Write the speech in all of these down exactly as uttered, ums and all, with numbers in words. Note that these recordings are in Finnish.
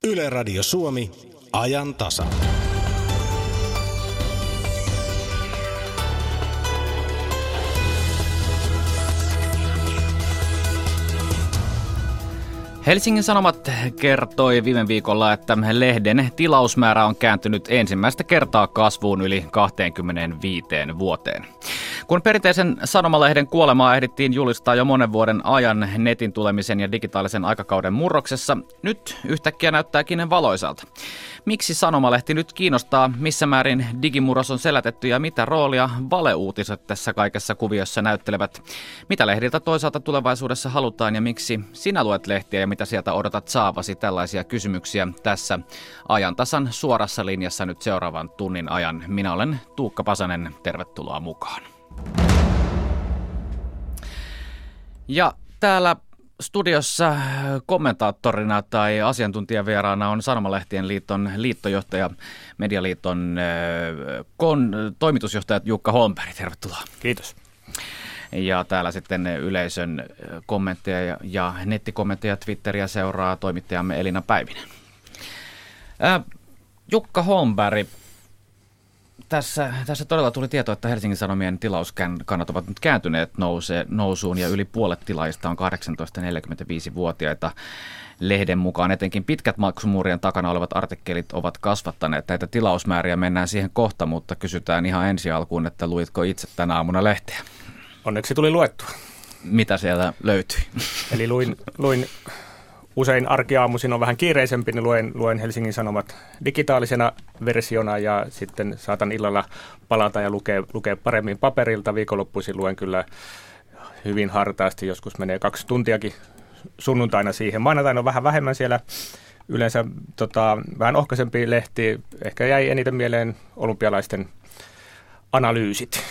Yle Radio Suomi, ajan tasa. Helsingin Sanomat kertoi viime viikolla, että lehden tilausmäärä on kääntynyt ensimmäistä kertaa kasvuun yli kaksikymmentäviisi vuoteen. Kun perinteisen sanomalehden kuolemaa ehdittiin julistaa jo monen vuoden ajan netin tulemisen ja digitaalisen aikakauden murroksessa, nyt yhtäkkiä näyttääkin valoisalta. Miksi sanomalehti nyt kiinnostaa, missä määrin digimurros on selätetty ja mitä roolia valeuutiset tässä kaikessa kuviossa näyttelevät? Mitä lehdiltä toisaalta tulevaisuudessa halutaan ja miksi sinä luet lehtiä ja mitä sieltä odotat saavasi? Tällaisia kysymyksiä tässä ajantasan suorassa linjassa nyt seuraavan tunnin ajan. Minä olen Tuukka Pasanen, tervetuloa mukaan. Ja täällä studiossa kommentaattorina tai asiantuntijavieraana on Sanomalehtien liiton liittojohtaja, Medialiiton äh, kon, toimitusjohtaja Jukka Holmberg. Tervetuloa. Kiitos. Ja täällä sitten yleisön kommentteja ja, ja nettikommentteja Twitteriä seuraa toimittajamme Elina Päivinen. Äh, Jukka Holmberg, Tässä, tässä todella tuli tieto, että Helsingin Sanomien tilauskannat ovat nyt kääntyneet nouse, nousuun ja yli puolet tilaajista on kahdeksantoista neljäkymmentäviisi-vuotiaita. Lehden mukaan etenkin pitkät maksumuurien takana olevat artikkelit ovat kasvattaneet näitä tilausmääriä. Mennään siihen kohta, mutta kysytään ihan ensi alkuun, että luitko itse tänä aamuna lehteä? Onneksi tuli luettua. Mitä sieltä löytyi? Eli luin... luin Usein arkiaamuisin on vähän kiireisempi, niin luen, luen Helsingin Sanomat digitaalisena versiona ja sitten saatan illalla palata ja lukea, lukea paremmin paperilta. Viikonloppuisin luen kyllä hyvin hartaasti, joskus menee kaksi tuntiakin sunnuntaina siihen. Maanantaina on vähän vähemmän siellä, yleensä tota, vähän ohkaisempi lehti. Ehkä jäi eniten mieleen olympialaisten analyysit.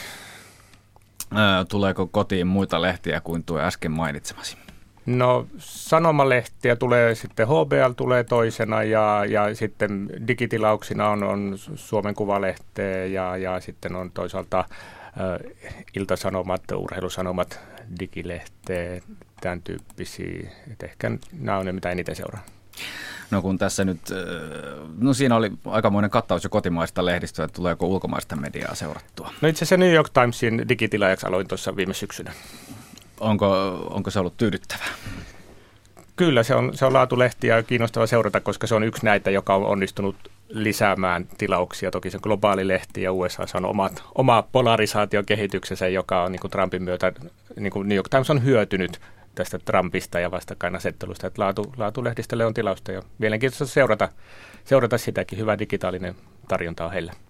Ää, tuleeko kotiin muita lehtiä kuin tuo äsken mainitsemasi? No sanomalehtiä tulee sitten, H B L tulee toisena ja, ja sitten digitilauksina on, on Suomen Kuvalehteä ja, ja sitten on toisaalta äh, Ilta-Sanomat, Urheilusanomat, digilehteä, tämän tyyppisiä. Et ehkä nämä on ne, mitä eniten seuraa. No kun tässä nyt, no siinä oli aikamoinen kattaus jo kotimaista lehdistöä, että tuleeko ulkomaista mediaa seurattua? No itse asiassa New York Timesin digitilaajaksi aloin tuossa viime syksynä. Onko, onko se ollut tyydyttävää? Kyllä, se on, se on laatulehti ja kiinnostava seurata, koska se on yksi näitä, joka on onnistunut lisäämään tilauksia. Toki se on globaali lehti ja U S A on omat, oma polarisaatiokehityksensä, joka on niin kuin Trumpin myötä, niin kuin New York Times on hyötynyt tästä Trumpista ja vastakkainasettelusta. Että laatu, laatulehdistölle on tilausta ja mielenkiintoista seurata, seurata sitäkin. Hyvä digitaalinen tarjonta on heillä.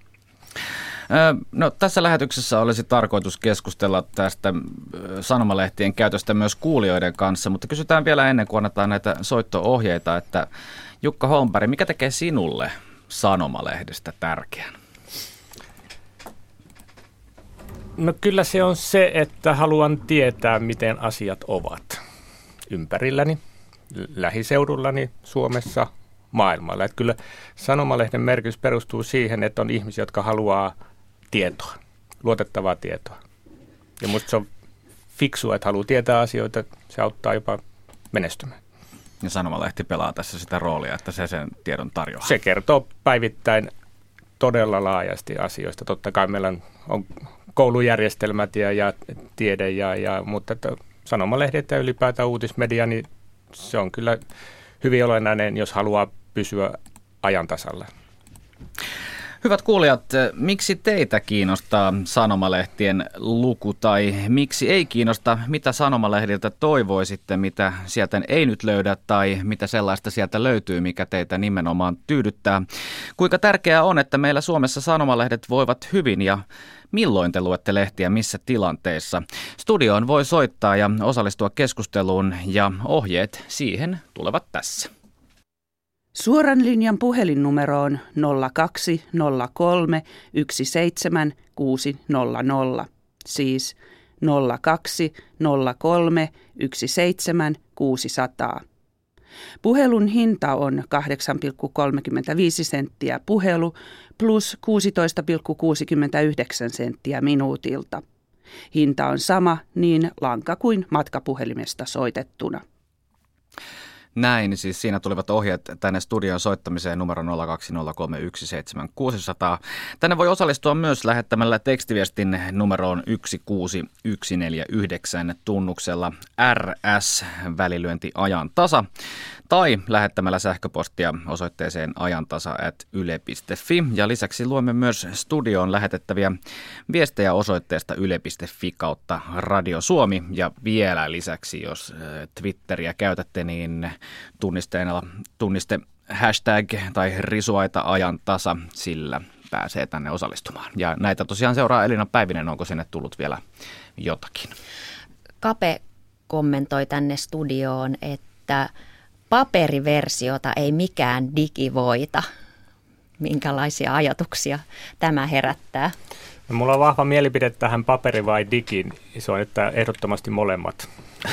No, tässä lähetyksessä olisi tarkoitus keskustella tästä sanomalehtien käytöstä myös kuulijoiden kanssa, mutta kysytään vielä ennen kuin annetaan näitä soitto-ohjeita, että Jukka Holmberg, mikä tekee sinulle sanomalehdestä tärkeän? No kyllä se on se, että haluan tietää, miten asiat ovat ympärilläni, lähiseudullani, Suomessa, maailmalla. Että kyllä sanomalehden merkitys perustuu siihen, että on ihmisiä, jotka haluaa tietoa, luotettavaa tietoa. Ja musta se on fiksua, että haluaa tietää asioita, se auttaa jopa menestymään. Ja sanomalehti pelaa tässä sitä roolia, että se sen tiedon tarjoaa. Se kertoo päivittäin todella laajasti asioista. Totta kai meillä on, on koulujärjestelmät ja, ja tiede, ja, ja, mutta että sanomalehdet ja ylipäätään uutismedia, niin se on kyllä hyvin olennainen, jos haluaa pysyä ajan tasalla. Hyvät kuulijat, miksi teitä kiinnostaa sanomalehtien luku tai miksi ei kiinnosta? Mitä sanomalehdiltä toivoisitte, mitä sieltä ei nyt löydä tai mitä sellaista sieltä löytyy, mikä teitä nimenomaan tyydyttää? Kuinka tärkeää on, että meillä Suomessa sanomalehdet voivat hyvin ja milloin te luette lehtiä missä tilanteissa? Studioon voi soittaa ja osallistua keskusteluun ja ohjeet siihen tulevat tässä. Suoran linjan puhelinnumero on nolla kaksi nolla kolme yksi seitsemän kuusi nolla nolla, siis nolla kaksi nolla kolme yksi seitsemän kuusi nolla nolla. Puhelun hinta on kahdeksan pilkku kolmekymmentäviisi senttiä puhelu plus kuusitoista pilkku kuusikymmentäyhdeksän senttiä minuutilta. Hinta on sama niin lanka kuin matkapuhelimesta soitettuna. Näin, siis siinä tulivat ohjeet tänne studion soittamiseen numero nolla kaksi nolla kolme yksi seitsemän kuusi nolla nolla. Tänne voi osallistua myös lähettämällä tekstiviestin numeroon yksi kuusi yksi neljä yhdeksän tunnuksella R S välilyönti ajantasa tai lähettämällä sähköpostia osoitteeseen ajantasa at yle piste fi. Ja lisäksi luemme myös studioon lähetettäviä viestejä osoitteesta yle piste fi kautta Radio Suomi. Ja vielä lisäksi, jos Twitteriä käytätte, niin tunnisteena tunniste hashtag tai risuaita ajantasa, sillä pääsee tänne osallistumaan. Ja näitä tosiaan seuraa Elina Päivinen, onko sinne tullut vielä jotakin? Kape kommentoi tänne studioon, että paperiversiota ei mikään digi voita. Minkälaisia ajatuksia tämä herättää? No, mulla on vahva mielipide tähän paperi vai digin. Se on, että ehdottomasti molemmat.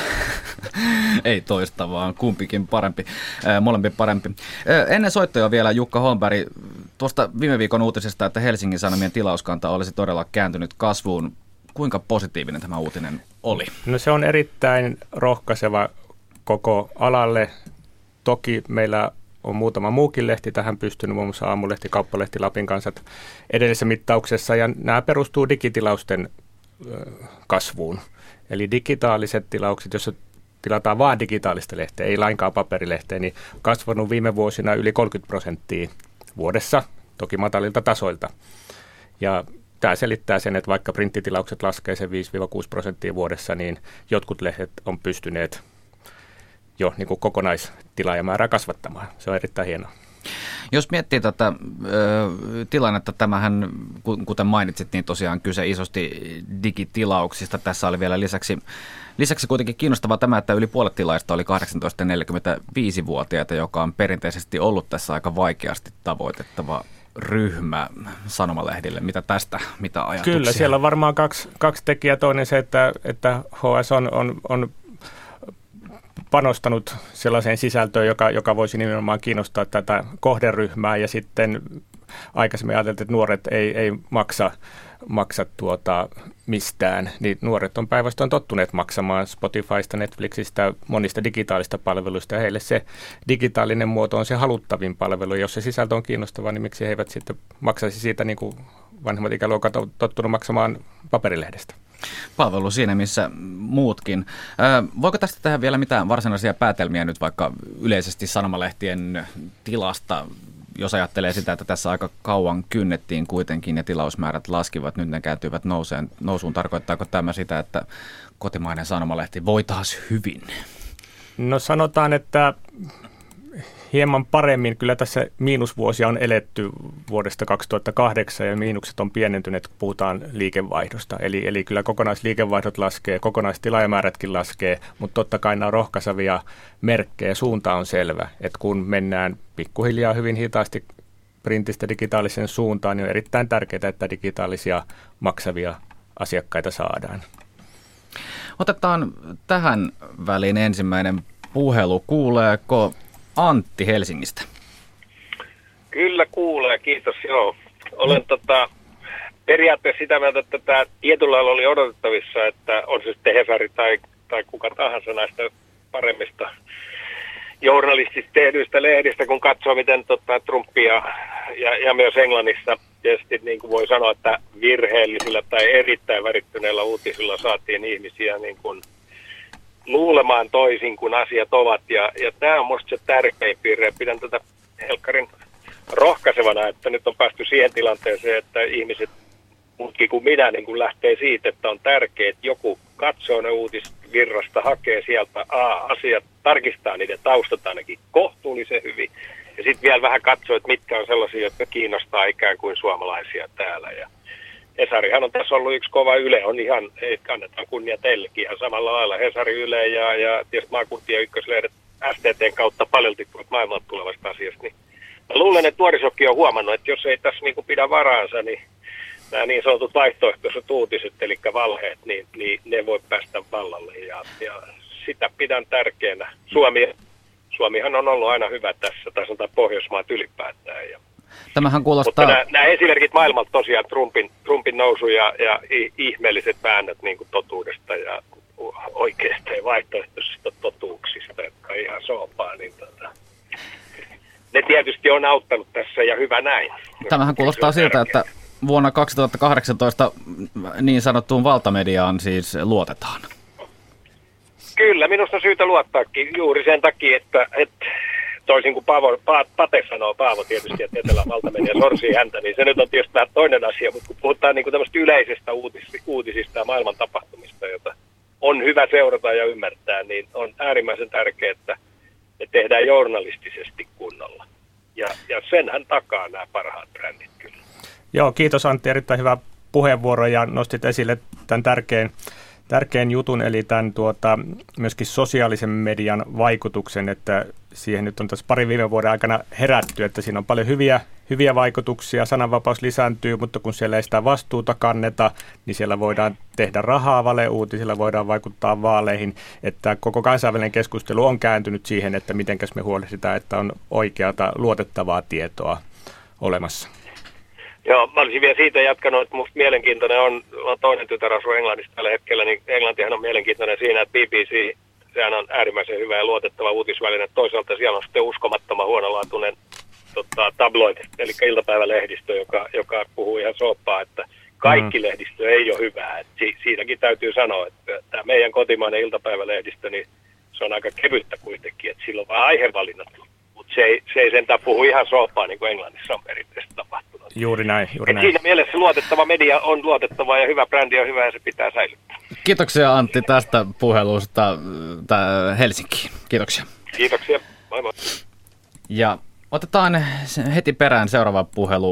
Ei toista, vaan kumpikin parempi, äh, molempi parempi. Äh, ennen soittoja vielä Jukka Holmberg, tuosta viime viikon uutisesta, että Helsingin Sanomien tilauskanta olisi todella kääntynyt kasvuun. Kuinka positiivinen tämä uutinen oli? No se on erittäin rohkaiseva koko alalle. Toki meillä on muutama muukin lehti tähän pystynyt, muun muassa Aamulehti, Kauppalehti, Lapin Kansat edellisessä mittauksessa, ja nämä perustuu digitilausten kasvuun. Eli digitaaliset tilaukset, jos tilataan vain digitaalista lehteä, ei lainkaan paperilehteä, niin kasvanut viime vuosina yli kolmekymmentä prosenttia vuodessa, toki matalilta tasoilta. Ja tämä selittää sen, että vaikka printtitilaukset laskee sen viisi kuusi prosenttia vuodessa, niin jotkut lehdet on pystyneet jo niin kuin kokonaitilaajamäärää kasvattamaan. Se on erittäin hienoa. Jos miettii tätä ö, tilannetta, tämähän, kuten mainitsit, niin tosiaan kyse isosti digitilauksista. Tässä oli vielä lisäksi, lisäksi kuitenkin kiinnostavaa tämä, että yli puolet tilaista oli kahdeksantoista neljäkymmentäviisi-vuotiaita, joka on perinteisesti ollut tässä aika vaikeasti tavoitettava ryhmä sanomalehdille. Mitä tästä, mitä ajatuksia? Kyllä, siellä on varmaan kaksi, kaksi tekijää. Toinen se, että, että H S on, on, on panostanut sellaiseen sisältöön, joka, joka voisi nimenomaan kiinnostaa tätä kohderyhmää, ja sitten aikaisemmin ajateltiin, että nuoret ei, ei maksa, maksa tuota mistään, niin nuoret on päinvastoin tottuneet maksamaan Spotifysta, Netflixistä, monista digitaalista palveluista, ja heille se digitaalinen muoto on se haluttavin palvelu. Jos se sisältö on kiinnostava, niin miksi he eivät sitten maksaisi siitä, niin kuin vanhemmat ikäluokat on tottunut maksamaan paperilehdestä. Palvelu siinä, missä muutkin. Ää, voiko tästä tehdä vielä mitään varsinaisia päätelmiä nyt vaikka yleisesti sanomalehtien tilasta, jos ajattelee sitä, että tässä aika kauan kynnettiin kuitenkin ja tilausmäärät laskivat, nyt ne kääntyivät nouseen, nousuun. Tarkoittaako tämä sitä, että kotimainen sanomalehti voi taas hyvin? No sanotaan, että hieman paremmin. Kyllä tässä miinusvuosia on eletty vuodesta kaksituhattakahdeksan ja miinukset on pienentyneet, kun puhutaan liikevaihdosta. Eli, eli kyllä kokonaisliikevaihdot laskee, kokonaistilaajamäärätkin laskee, mutta totta kai nämä on rohkaisevia merkkejä. Suunta on selvä, että kun mennään pikkuhiljaa hyvin hitaasti printistä digitaalisen suuntaan, niin on erittäin tärkeää, että digitaalisia maksavia asiakkaita saadaan. Otetaan tähän väliin ensimmäinen puhelu. Kuuleeko Antti Helsingistä? Kyllä kuulee, kiitos. Joo. Olen tota, periaatteessa sitä mieltä, että tämä tietyllä lailla oli odotettavissa, että on se sitten Hesari tai, tai kuka tahansa näistä paremmista journalistista tehdyistä lehdistä, kun katsoo, miten tota, Trumpia ja, ja myös Englannissa tietysti niin kuin voi sanoa, että virheellisillä tai erittäin värittyneillä uutisilla saatiin ihmisiä niin kuin luulemaan toisin kuin asiat ovat, ja, ja tämä on minusta se tärkein piirre. Pidän tätä Helkkarin rohkaisevana, että nyt on päästy siihen tilanteeseen, että ihmiset, muutkin kuin minä, niin kuin lähtee siitä, että on tärkeää, että joku katsoo ne uutisvirrasta, hakee sieltä A, asiat, tarkistaa niiden taustat ainakin kohtuullisen hyvin, ja sitten vielä vähän katsoo, että mitkä on sellaisia, jotka kiinnostaa ikään kuin suomalaisia täällä, ja Hesarihan on tässä ollut yksi kova. Yle on ihan, ei kannetaan kunnia teillekin ihan samalla lailla. Hesari, Yle ja, ja tietysti maakuntien ykköslehdet S T T:n kautta paljolti maailmalta tulevasta asiasta. Niin mä luulen, että nuorisokin on huomannut, että jos ei tässä niin kuin pidä varaansa, niin nämä niin sanotut vaihtoehtoiset uutiset, eli valheet, niin, niin ne voi päästä vallalle. Ja, ja sitä pidän tärkeänä. Suomi, Suomihan on ollut aina hyvä tässä, tai sanotaan Pohjoismaat ylipäätään. Ja tämähän kuulostaa... Mutta nämä, nämä esimerkit maailmalta tosiaan Trumpin, Trumpin nousu ja, ja ihmeelliset väännöt niin kuin totuudesta ja oikeasta ja vaihtoehtoisista totuuksista, jotka ihan soopaa, niin tota, ne tietysti on auttanut tässä ja hyvä näin. Tämähän kuulostaa siltä, että vuonna kaksituhattakahdeksantoista niin sanottuun valtamediaan siis luotetaan. Kyllä, minusta on syytä luottaakin juuri sen takia, että, että toisin kuin Paavo, pa, Pate sanoo, Paavo tietysti, että etelä valtamedia sorsii häntä, niin se nyt on tietysti vähän toinen asia, mutta kun puhutaan niin kuin tämmöistä yleisestä uutis, uutisista ja maailman tapahtumista, jota on hyvä seurata ja ymmärtää, niin on äärimmäisen tärkeää, että ne tehdään journalistisesti kunnolla. Ja, ja senhän takaa nämä parhaat brändit kyllä. Joo, kiitos Antti, erittäin hyvä puheenvuoro ja nostit esille tämän tärkeän, tärkeän jutun, eli tämän tuota, myöskin sosiaalisen median vaikutuksen, että siihen nyt on tässä pari viime vuoden aikana herätty, että siinä on paljon hyviä, hyviä vaikutuksia, sananvapaus lisääntyy, mutta kun siellä ei sitä vastuuta kanneta, niin siellä voidaan tehdä rahaa valeuutisilla, voidaan vaikuttaa vaaleihin, että koko kansainvälinen keskustelu on kääntynyt siihen, että mitenkäs me huolehditaan, että on oikeata luotettavaa tietoa olemassa. Joo, mä olisin vielä siitä jatkanut, että musta mielenkiintoinen on, on toinen tytär asuu Englannissa tällä hetkellä, niin Englantihan on mielenkiintoinen siinä, että B B C, sehän on äärimmäisen hyvä ja luotettava uutisväline. Toisaalta siellä on sitten uskomattoman huonolaatuinen tota, tabloid, eli iltapäivälehdistö, joka, joka puhuu ihan soppaa, että kaikki mm. lehdistö ei ole hyvää. Et si, siitäkin täytyy sanoa, että tämä meidän kotimainen iltapäivälehdistö, niin se on aika kevyttä kuitenkin, että sillä on vaan aihevalinnat. Mutta se ei, se ei sentään puhu ihan soppaa, niin kuin Englannissa on perinteisesti tapahtunut. Juuri näin, juuri näin. Siinä mielessä luotettava media on luotettava ja hyvä brändi on hyvä ja se pitää säilyttää. Kiitoksia Antti tästä puhelusta Helsinkiin. Kiitoksia. Kiitoksia. Moi moi. Ja otetaan heti perään seuraava puhelu.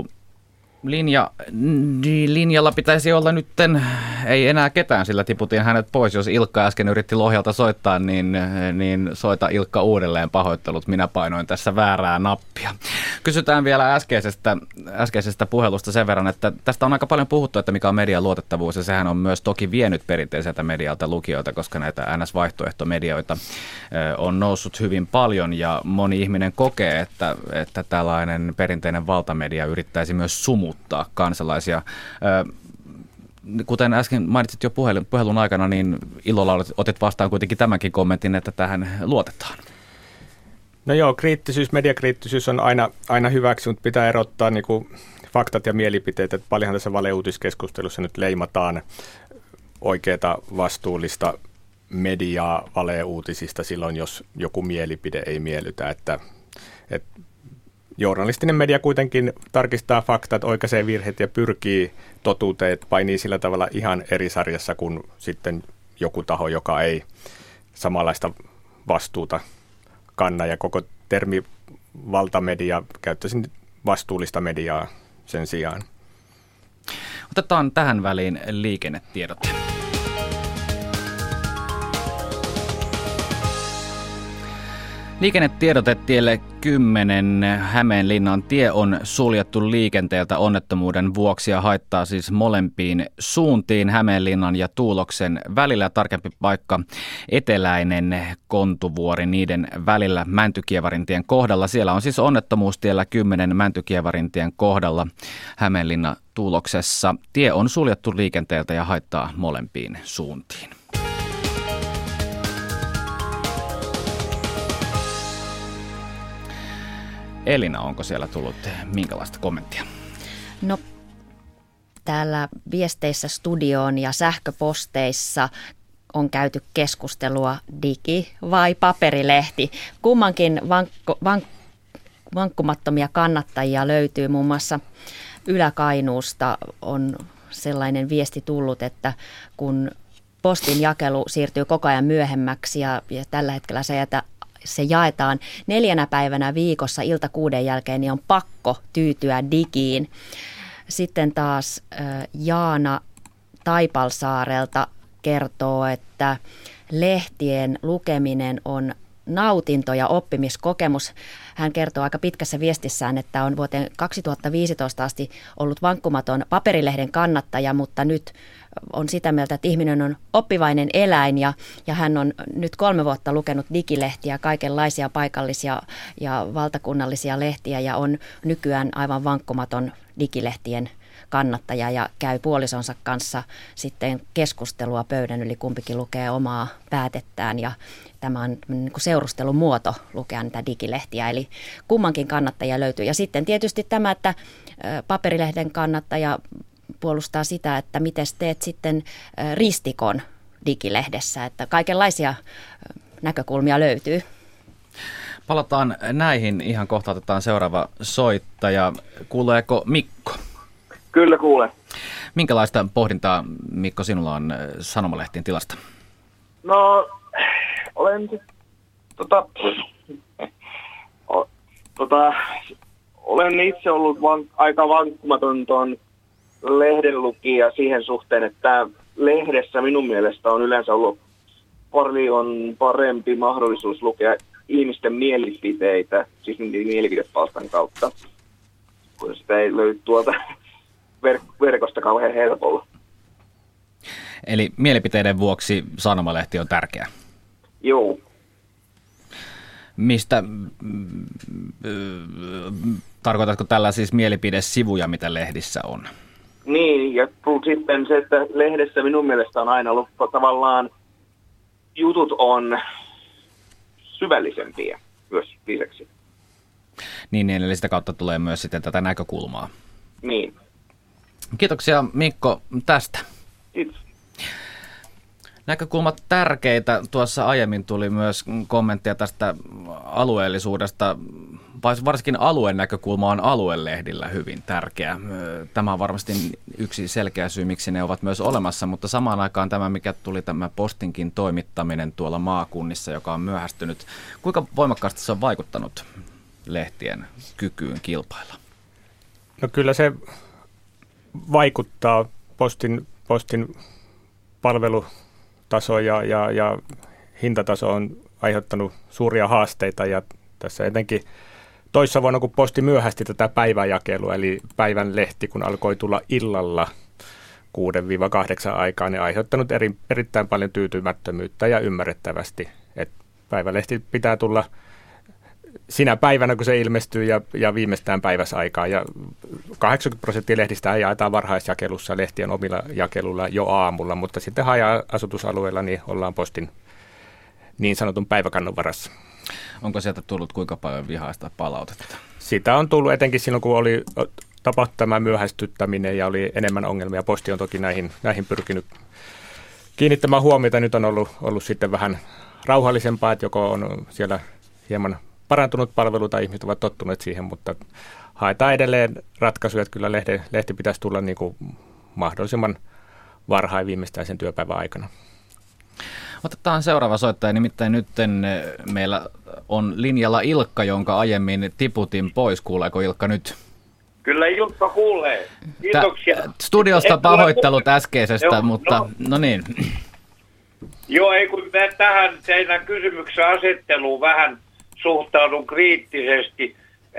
Linja, linjalla pitäisi olla nytten, ei enää ketään, sillä tiputin hänet pois. Jos Ilkka äsken yritti Lohjalta soittaa, niin, niin soita Ilkka uudelleen, pahoittelut. Minä painoin tässä väärää nappia. Kysytään vielä äskeisestä, äskeisestä puhelusta sen verran, että tästä on aika paljon puhuttu, että mikä on median luotettavuus, ja sehän on myös toki vienyt perinteiseltä medialta lukijoita, koska näitä N S-vaihtoehtomedioita on noussut hyvin paljon, ja moni ihminen kokee, että, että tällainen perinteinen valtamedia yrittäisi myös sumuttaa kansalaisia. Kuten äsken mainitsit jo puhelun aikana, niin ilolla otit vastaan kuitenkin tämänkin kommentin, että tähän luotetaan. No joo, kriittisyys, mediakriittisyys on aina, aina hyväksi, mutta pitää erottaa niin kuin faktat ja mielipiteet, että paljonhan tässä valeuutiskeskustelussa nyt leimataan oikeaa vastuullista mediaa valeuutisista silloin, jos joku mielipide ei miellytä, että, että journalistinen media kuitenkin tarkistaa faktat, oikaisee virheet ja pyrkii totuuteen, että painii sillä tavalla ihan eri sarjassa kuin sitten joku taho, joka ei samanlaista vastuuta kanna. Ja koko termi valtamedia, käyttäisin vastuullista mediaa sen sijaan. Otetaan tähän väliin liikennetiedot. Liikennetiedote tielle kymmenen Hämeenlinnan tie on suljettu liikenteeltä onnettomuuden vuoksi ja haittaa siis molempiin suuntiin Hämeenlinnan ja Tuuloksen välillä. Tarkempi paikka eteläinen Kontuvuori niiden välillä Mäntykievarintien kohdalla. Siellä on siis onnettomuus tiellä kymmenen Mäntykievarintien kohdalla Hämeenlinnan Tuuloksessa. Tie on suljettu liikenteeltä ja haittaa molempiin suuntiin. Elina, onko siellä tullut minkälaista kommenttia? No, täällä viesteissä studioon ja sähköposteissa on käyty keskustelua digi- vai paperilehti. Kummankin vankko, vank, vankkumattomia kannattajia löytyy. Muun muassa Ylä-Kainuusta on sellainen viesti tullut, että kun postin jakelu siirtyy koko ajan myöhemmäksi ja, ja tällä hetkellä se jätä se jaetaan neljänä päivänä viikossa ilta kuuden jälkeen, niin on pakko tyytyä digiin. Sitten taas Jaana Taipalsaarelta kertoo, että lehtien lukeminen on nautinto ja oppimiskokemus. Hän kertoo aika pitkässä viestissään, että on vuoteen kaksituhattaviisitoista asti ollut vankkumaton paperilehden kannattaja, mutta nyt on sitä mieltä, että ihminen on oppivainen eläin ja, ja hän on nyt kolme vuotta lukenut digilehtiä, kaikenlaisia paikallisia ja valtakunnallisia lehtiä ja on nykyään aivan vankkumaton digilehtien kannattaja ja käy puolisonsa kanssa sitten keskustelua pöydän yli, kumpikin lukee omaa päätettään ja tämä on niin kuin seurustelun muoto lukea niitä digilehtiä, eli kummankin kannattaja löytyy. Ja sitten tietysti tämä, että paperilehden kannattaja puolustaa sitä, että miten teet sitten ristikon digilehdessä, että kaikenlaisia näkökulmia löytyy. Palataan näihin ihan kohta, otetaan seuraava soittaja. Kuuleeko Mikko? Kyllä kuulen. Minkälaista pohdintaa, Mikko, sinulla on sanomalehtien tilasta? No, olen tota, o, tota, olen itse ollut van, aika vankkumaton tuon lehden lukija siihen suhteen, että lehdessä minun mielestä on yleensä ollut paljon parempi mahdollisuus lukea ihmisten mielipiteitä, siis mielipidepalstan kautta, kun sitä ei löydy tuolta ver- verkosta kauhean helpolla. Eli mielipiteiden vuoksi sanomalehti on tärkeä? Joo. Mistä, tarkoitatko tällä siis mielipidesivuja, mitä lehdissä on? Niin, ja sitten se, että lehdessä minun mielestä on aina ollut tavallaan, jutut on syvällisempiä myös lisäksi. Niin, eli sitä kautta tulee myös sitten tätä näkökulmaa. Niin. Kiitoksia, Mikko, tästä. Kiitos. Näkökulmat tärkeitä. Tuossa aiemmin tuli myös kommenttia tästä alueellisuudesta. Varsinkin alueen näkökulma on aluelehdillä hyvin tärkeä. Tämä on varmasti yksi selkeä syy, miksi ne ovat myös olemassa, mutta samaan aikaan tämä, mikä tuli tämä postinkin toimittaminen tuolla maakunnissa, joka on myöhästynyt. Kuinka voimakkaasti se on vaikuttanut lehtien kykyyn kilpailla? No kyllä se vaikuttaa. Postin, postin palvelutaso ja, ja, ja hintataso on aiheuttanut suuria haasteita ja tässä etenkin toissa vuonna, kun posti myöhästi tätä päivänjakelua, eli päivän lehti, kun alkoi tulla illalla kuudesta kahdeksaan aikaan, niin aiheuttanut eri, erittäin paljon tyytymättömyyttä ja ymmärrettävästi, että päivälehti pitää tulla sinä päivänä, kun se ilmestyy ja, ja viimeistään päiväsaikaan. Ja kahdeksankymmentä prosenttia lehdistä jaetaan varhaisjakelussa lehtien omilla jakelulla jo aamulla, mutta sitten haja-asutusalueella niin ollaan postin niin sanotun päiväkannon varassa. Onko sieltä tullut kuinka paljon vihaista palautetta? Sitä on tullut etenkin silloin, kun oli tapahtunut tämä myöhästyttäminen ja oli enemmän ongelmia. Posti on toki näihin, näihin pyrkinyt kiinnittämään huomiota. Nyt on ollut, ollut sitten vähän rauhallisempaa, että joko on siellä hieman parantunut palvelu tai ihmiset ovat tottuneet siihen, mutta haetaan edelleen ratkaisuja, että kyllä lehti, lehti pitäisi tulla niin kuin mahdollisimman varhain viimeistään sen työpäivän aikana. Otetaan seuraava soittaja, nimittäin nyt meillä on linjalla Ilkka, jonka aiemmin tiputin pois. Kuuleeko Ilkka nyt? Kyllä Ilkka kuulee. Kiitoksia. Tä, studiosta Et pahoittelut äskeisestä, Joo, mutta no, no niin. Joo, ei kun tähän teidän kysymyksen asetteluun vähän suhtaudun kriittisesti.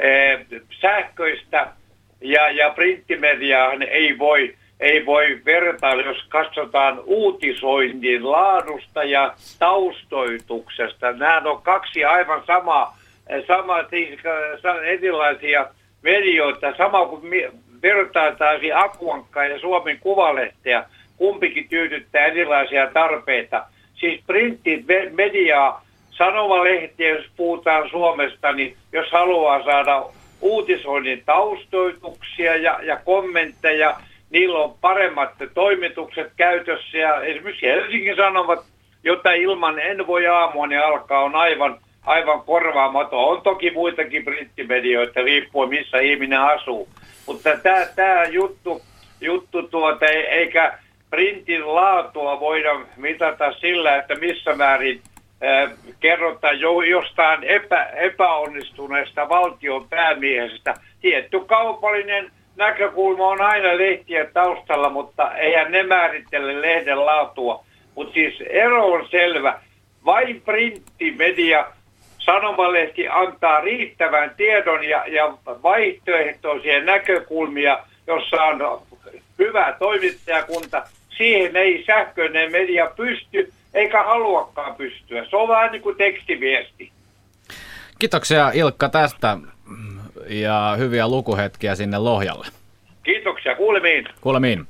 Sähköistä ja, ja printtimediaa ei voi, ei voi vertailla, jos katsotaan uutisoinnin laadusta ja taustoituksesta. Nämä on kaksi aivan samaa, sama, siis erilaisia medioita, sama kuin vertailtaisiin Akuankkaa ja Suomen Kuvalehteä. Kumpikin tyydyttää erilaisia tarpeita. Siis printtimediaa, sanomalehtiä, jos puhutaan Suomesta, niin jos haluaa saada uutisoinnin taustoituksia ja, ja kommentteja, niillä on paremmat toimitukset käytössä. Ja esimerkiksi Helsingin Sanomat, jota ilman en voi aamua, niin alkaa on aivan, aivan korvaamaton. On toki muitakin printtimedioita, riippuen missä ihminen asuu. Mutta tämä juttu, juttu tuota, eikä printin laatua voida mitata sillä, että missä määrin äh, kerrotaan jo, jostain epä, epäonnistuneesta valtion päämiehestä. Tietty kaupallinen näkökulma on aina lehtien taustalla, mutta eihän ne määrittele lehden laatua. Mutta siis ero on selvä. Vain printtimedia, sanomalehti antaa riittävän tiedon ja, ja vaihtoehtoisia näkökulmia, jossa on hyvä toimittajakunta. Siihen ei sähköinen media pysty, eikä haluakaan pystyä. Se on vähän niin kuin tekstiviesti. Kiitoksia Ilkka tästä ja hyviä lukuhetkiä sinne Lohjalle. Kiitoksia, kuulemiin. Kuulemiin.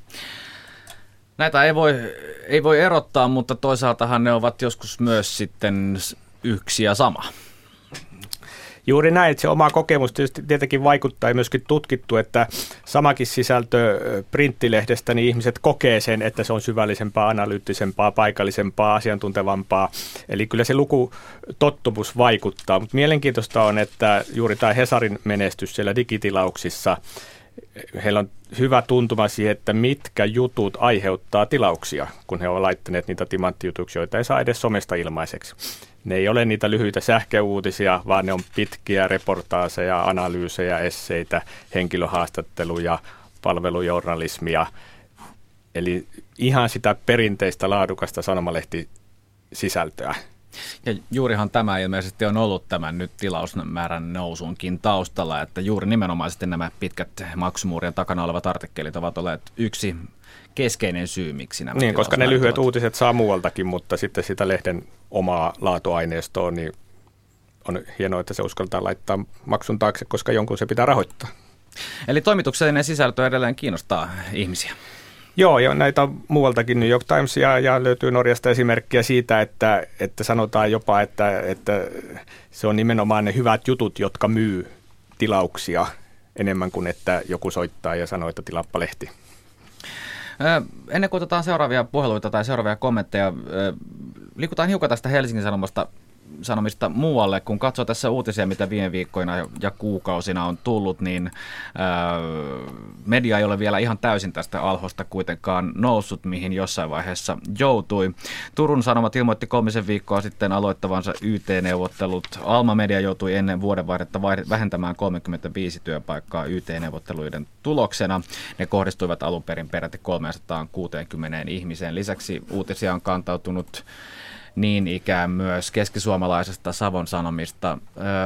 Näitä ei voi, ei voi erottaa, mutta toisaaltahan ne ovat joskus myös sitten yksi ja sama. Juuri näin, että se oma kokemus tietysti tietenkin vaikuttaa ja myöskin tutkittu, että samakin sisältö printtilehdestä, niin ihmiset kokee sen, että se on syvällisempää, analyyttisempaa, paikallisempaa, asiantuntevampaa. Eli kyllä se lukutottumus vaikuttaa, mutta mielenkiintoista on, että juuri tämä Hesarin menestys siellä digitilauksissa, heillä on hyvä tuntuma siihen, että mitkä jutut aiheuttaa tilauksia, kun he ovat laittaneet niitä timanttijutuksia, joita ei saa edes somesta ilmaiseksi. Ne ei ole niitä lyhyitä sähköuutisia, vaan ne on pitkiä reportaaseja, analyysejä, esseitä, henkilöhaastatteluja, palvelujournalismia. Eli ihan sitä perinteistä laadukasta sanomalehtisisältöä. Ja juurihan tämä ilmeisesti on ollut tämän nyt tilausmäärän nousunkin taustalla, että juuri nimenomaisesti nämä pitkät maksumuurien takana olevat artikkelit ovat olleet yksi keskeinen syy, miksi nämä niin, koska ne lyhyet ovat. uutiset saa muualtakin, mutta sitten sitä lehden omaa laatuaineistoa, niin on hienoa, että se uskaltaa laittaa maksun taakse, koska jonkun se pitää rahoittaa. Eli toimituksellinen sisältö edelleen kiinnostaa ihmisiä. Joo, ja näitä on muualtakin, New York Timesia, ja löytyy Norjasta esimerkkiä siitä, että, että sanotaan jopa, että, että se on nimenomaan ne hyvät jutut, jotka myy tilauksia enemmän kuin että joku soittaa ja sanoo, että tilaappa lehti. Ennen kuin otetaan seuraavia puheluita tai seuraavia kommentteja, liikutaan hiukan tästä Helsingin Sanomasta, Sanomista muualle. Kun katsoo tässä uutisia, mitä viime viikkoina ja kuukausina on tullut, niin ää, media ei ole vielä ihan täysin tästä alhosta kuitenkaan noussut, mihin jossain vaiheessa joutui. Turun Sanomat ilmoitti kolmisen viikkoa sitten aloittavansa Y T-neuvottelut. Alma Media joutui ennen vuodenvaihdetta vähentämään kolmekymmentäviisi työpaikkaa Y T-neuvotteluiden tuloksena. Ne kohdistuivat alun perin peräti kolmesataakuusikymmentä ihmiseen. Lisäksi uutisia on kantautunut niin ikään myös keskisuomalaisesta Savon Sanomista.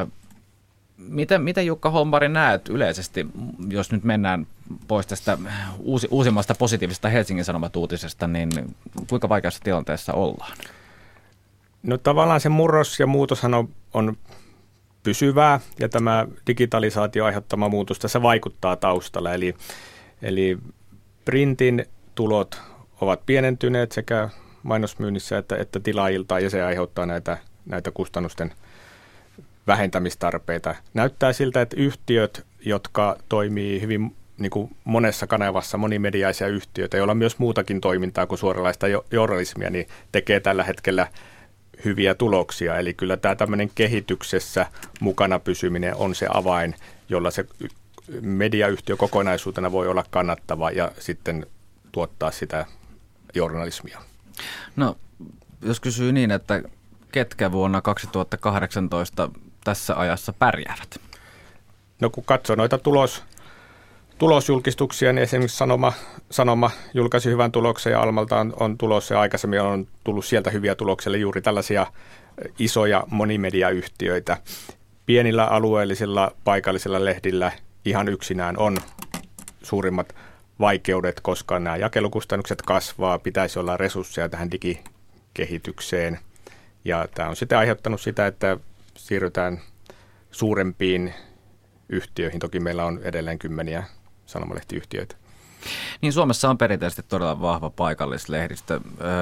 Miten, miten Jukka Holmberg näet yleisesti, jos nyt mennään pois tästä uusi, uusimmasta positiivisesta Helsingin Sanomat-uutisesta, niin kuinka vaikeassa tilanteessa ollaan? No tavallaan se murros ja muutoshan on, on pysyvää, ja tämä digitalisaatio aiheuttama muutos tässä vaikuttaa taustalla. Eli, eli printin tulot ovat pienentyneet sekä mainosmyynnissä että, että tilaajilta, ja se aiheuttaa näitä, näitä kustannusten vähentämistarpeita. Näyttää siltä, että yhtiöt, jotka toimii hyvin niin kuin monessa kanavassa, monimediaisia yhtiöitä, joilla on myös muutakin toimintaa kuin suoralaista journalismia, niin tekee tällä hetkellä hyviä tuloksia. Eli kyllä tämä tämmöinen kehityksessä mukana pysyminen on se avain, jolla se mediayhtiö kokonaisuutena voi olla kannattava ja sitten tuottaa sitä journalismia. No, jos kysyy niin, että ketkä vuonna kaksituhattakahdeksantoista tässä ajassa pärjäävät? No kun katsoo noita tulos, tulosjulkistuksia, niin esimerkiksi Sanoma, Sanoma julkaisi hyvän tuloksen ja Almalta on, on tulos ja aikaisemmin on tullut sieltä hyviä tuloksia, juuri tällaisia isoja monimediayhtiöitä. Pienillä alueellisilla paikallisilla lehdillä ihan yksinään on suurimmat vaikeudet, koska nämä jakelukustannukset kasvaa, pitäisi olla resursseja tähän digikehitykseen. Ja tämä on sitten aiheuttanut sitä, että siirrytään suurempiin yhtiöihin. Toki meillä on edelleen kymmeniä sanomalehtiyhtiöitä. Niin Suomessa on perinteisesti todella vahva paikallislehdistö.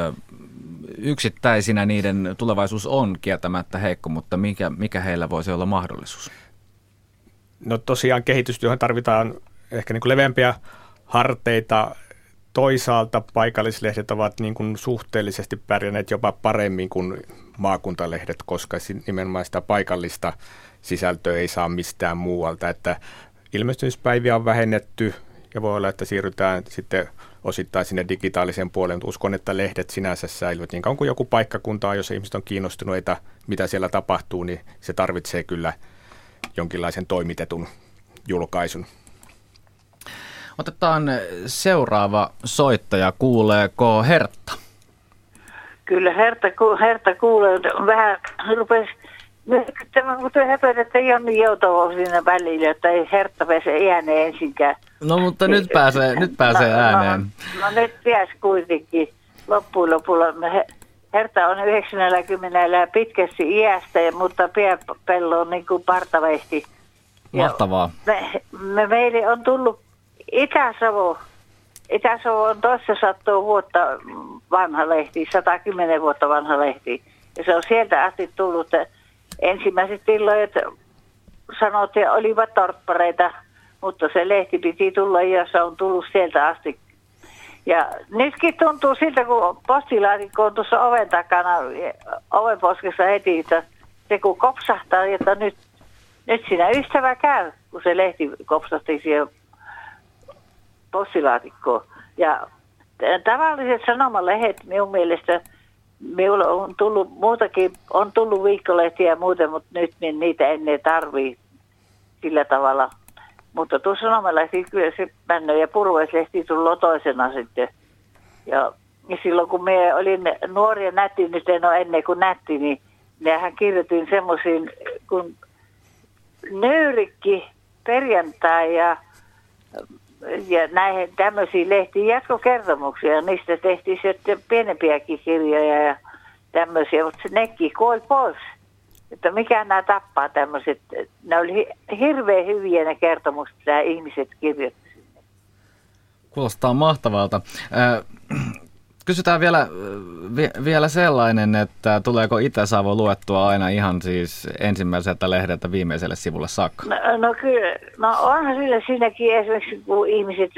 Yksittäisinä niiden tulevaisuus on kieltämättä heikko, mutta mikä, mikä heillä voisi olla mahdollisuus? No tosiaan kehitystyöhön tarvitaan ehkä niin kuin leveämpiä harteita. Toisaalta paikallislehdet ovat niin kuin suhteellisesti pärjänneet jopa paremmin kuin maakuntalehdet, koska nimenomaan sitä paikallista sisältöä ei saa mistään muualta. Että ilmestymispäiviä on vähennetty ja voi olla, että siirrytään sitten osittain sinne digitaaliseen puoleen, mutta uskon, että lehdet sinänsä säilyvät. Niin kauan kuin joku paikkakunta on, jos ihmiset on kiinnostuneita, mitä siellä tapahtuu, niin se tarvitsee kyllä jonkinlaisen toimitetun julkaisun. Otetaan seuraava soittaja. Kuuleeko Hertta? Kyllä Hertta, Hertta kuulee. Vähän rupesi myrkyttämään, mutta höpöt, että ei ole niin joutavaa siinä välillä, että ei Hertta pääse ääneen ensinkään. No mutta nyt pääsee, nyt pääsee no, ääneen. No, no nyt pääsi kuitenkin loppujen lopulla. Hertta on yhdeksänkymmentä pitkästi iästä, mutta pääpello on niin kuin partavehti. Mahtavaa. Me, me, meille on tullut Itä-Savo. Itä-Savo on toista sattua vuotta vanha lehti, sata kymmenen vuotta vanha lehti. Ja se on sieltä asti tullut. Ensimmäiset tillojet sanottiin, olivat torppareita, mutta se lehti piti tulla ja se on tullut sieltä asti. Ja nytkin tuntuu siltä, kun postilaatikko on tuossa oven takana, ovenposkessa heti, että se kun kopsahtaa, että nyt, nyt siinä ystävä käy, kun se lehti kopsahti siihen postilaatikkoon. Ja tavalliset sanomalehdet minun mielestä, minulla on tullut muutakin, on tullut viikkolehtiä ja muuten, mutta nyt niitä ennen tarvii sillä tavalla. Mutta tuossa sanomalehti kyllä se männö ja purvaislehti tullut toisena sitten. Ja, ja silloin kun minä olin nuori ja nätti, nyt en ole ennen kuin nätti, niin nehän kirjoitin semmoisiin kuin Nyyrikki, Perjantai ja, ja näihin tämmöisiin lehtiin jatkokertomuksia. Niistä tehtiin sitten pienempiäkin kirjoja ja tämmöisiä, mutta se nekin kuoli pois. Että mikä nämä tappaa tämmöiset, ne oli hirveän hyviä ne kertomukset, nämä ihmiset kirjoitti. Kuulostaa mahtavalta. Kysytään vielä, vielä sellainen, että tuleeko Itä-Savo luettua aina ihan siis ensimmäiseltä lehdeltä viimeiselle sivulle saakka? No, no kyllä, no onhan sillä siinäkin esimerkiksi, kun ihmiset,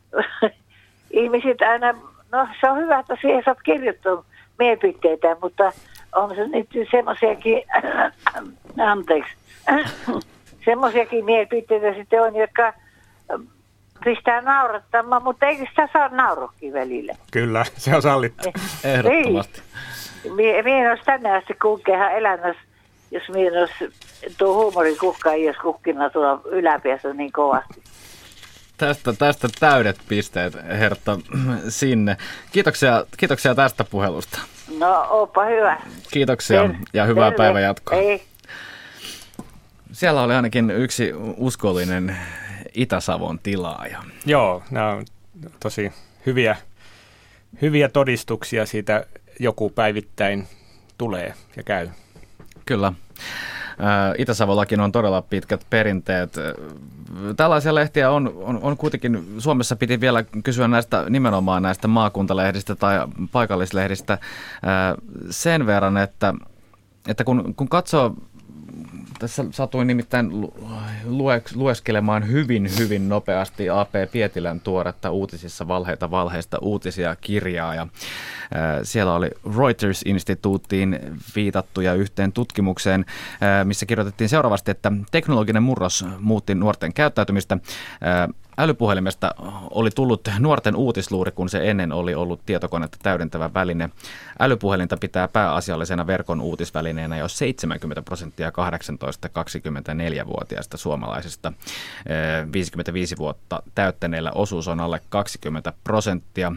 ihmiset aina, no se on hyvä, että siihen saat kirjoittaa mielipiteitä, mutta on se nyt semmoisiakin, anteeksi, semmoisiakin mielipiteitä sitten on, jotka pistää naurattamaan, mutta eikö sitä saa naurokin välillä? Kyllä, se on sallittu. Ehdottomasti. Mie, mie en olisi tänne asti kulkeahan elämässä, jos mie en olisi tuo huumorikukka ei olisi kukkina tuolla yläpäässä niin kovasti. Tästä, tästä täydet pisteet, Hertta, sinne. Kiitoksia, kiitoksia tästä puhelusta. No, oopa hyvä. Kiitoksia Ter- ja hyvää terve. päivänjatkoa. Ei. Siellä oli ainakin yksi uskollinen Itä-Savon tilaaja. Joo, nämä on tosi hyviä, hyviä todistuksia siitä, joku päivittäin tulee ja käy. Kyllä. Itä-Savollakin on todella pitkät perinteet. Tällaisia lehtiä on, on, on kuitenkin, Suomessa piti vielä kysyä näistä nimenomaan näistä maakuntalehdistä tai paikallislehdistä sen verran, että, että kun, kun katsoo, tässä satuin nimittäin lueskelemaan hyvin, hyvin nopeasti A P Pietilän tuoretta uutisissa valheita valheista uutisia kirjaa. Ja siellä oli Reuters-instituuttiin viitattuja yhteen tutkimukseen, missä kirjoitettiin seuraavasti, että teknologinen murros muutti nuorten käyttäytymistä. Älypuhelimesta oli tullut nuorten uutisluuri, kun se ennen oli ollut tietokonetta täydentävä väline. Älypuhelinta pitää pääasiallisena verkon uutisvälineenä jo seitsemänkymmentä prosenttia kahdeksantoista–kaksikymmentäneljä-vuotiaista suomalaisista. viisikymmentäviisi vuotta täyttäneillä osuus on alle kaksikymmentä prosenttia.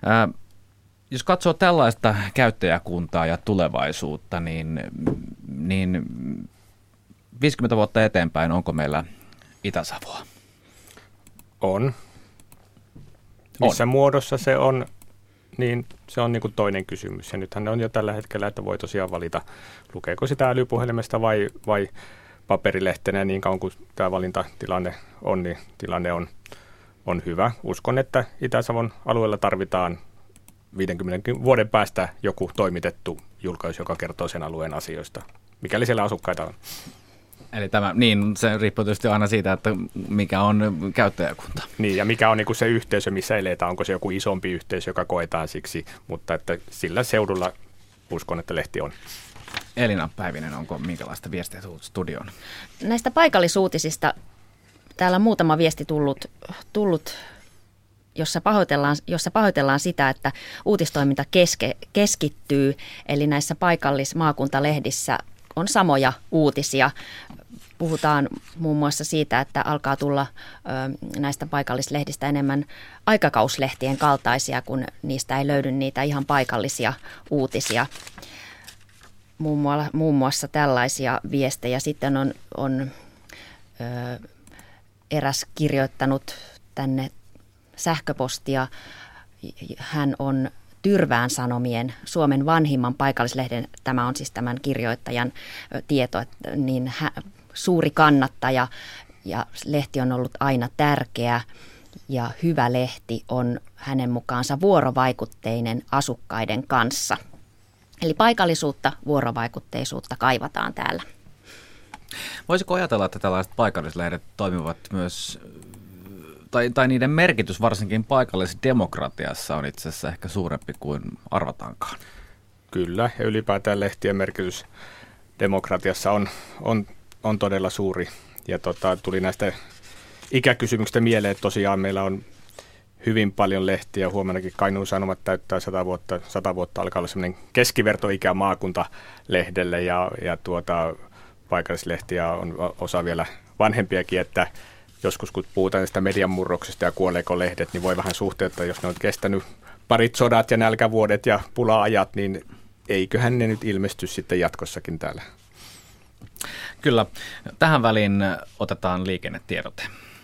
Jos katsoo tällaista käyttäjäkuntaa ja tulevaisuutta, niin, niin viisikymmentä vuotta eteenpäin, onko meillä Itä-Savoa? On. Missä on. Muodossa se on, niin se on niin kuin toinen kysymys. Ja nythän on jo tällä hetkellä, että voi tosiaan valita, lukeeko sitä älypuhelimesta vai, vai paperilehtenä. Niin kauan kuin tämä valintatilanne on, niin tilanne on, on hyvä. Uskon, että Itä-Savon alueella tarvitaan viidenkymmenen vuoden päästä joku toimitettu julkaisu, joka kertoo sen alueen asioista, mikäli siellä asukkaita on. Eli tämä, niin, se riippuu tietysti aina siitä, että mikä on käyttäjäkunta. Niin, ja mikä on niin kuin se yhteisö, missä eletään, onko se joku isompi yhteisö, joka koetaan siksi, mutta että sillä seudulla uskon, että lehti on. Elina Päivinen, onko minkälaista viestiä tullut studioon? Näistä paikallisuutisista täällä on muutama viesti tullut, tullut jossa pahoitellaan, jossa pahoitellaan sitä, että uutistoiminta keske, keskittyy, eli näissä paikallis-maakuntalehdissä on samoja uutisia. Puhutaan muun muassa siitä, että alkaa tulla ö, näistä paikallislehdistä enemmän aikakauslehtien kaltaisia, kun niistä ei löydy niitä ihan paikallisia uutisia. Muun muassa, muun muassa tällaisia viestejä. Sitten on, on ö, eräs kirjoittanut tänne sähköpostia. Hän on Tyrvään Sanomien, Suomen vanhimman paikallislehden, tämä on siis tämän kirjoittajan tieto, että niin hä, suuri kannattaja ja lehti on ollut aina tärkeä ja hyvä lehti on hänen mukaansa vuorovaikutteinen asukkaiden kanssa. Eli paikallisuutta, vuorovaikutteisuutta kaivataan täällä. Voisiko ajatella, että tällaiset paikallislehdet toimivat myös, tai, tai niiden merkitys varsinkin paikallisessa demokratiassa on itse asiassa ehkä suurempi kuin arvataankaan? Kyllä, ja ylipäätään lehtien merkitys demokratiassa on, on, on todella suuri. Ja tota, tuli näistä ikäkysymyksistä mieleen, että tosiaan meillä on hyvin paljon lehtiä. Huomennakin Kainuun Sanomat täyttää sata vuotta, sata vuotta alkaa olla semmoinen keskivertoikä maakuntalehdelle, ja, ja tuota, paikallislehtiä on osa vielä vanhempiakin, että joskus kun puhutaan tästä median murroksesta ja kuoleeko lehdet, niin voi vähän suhteuttaa, jos ne on kestänyt parit sodat ja nälkävuodet ja pula-ajat, niin eiköhän ne nyt ilmesty sitten jatkossakin täällä. Kyllä. Tähän väliin otetaan liikennetiedote.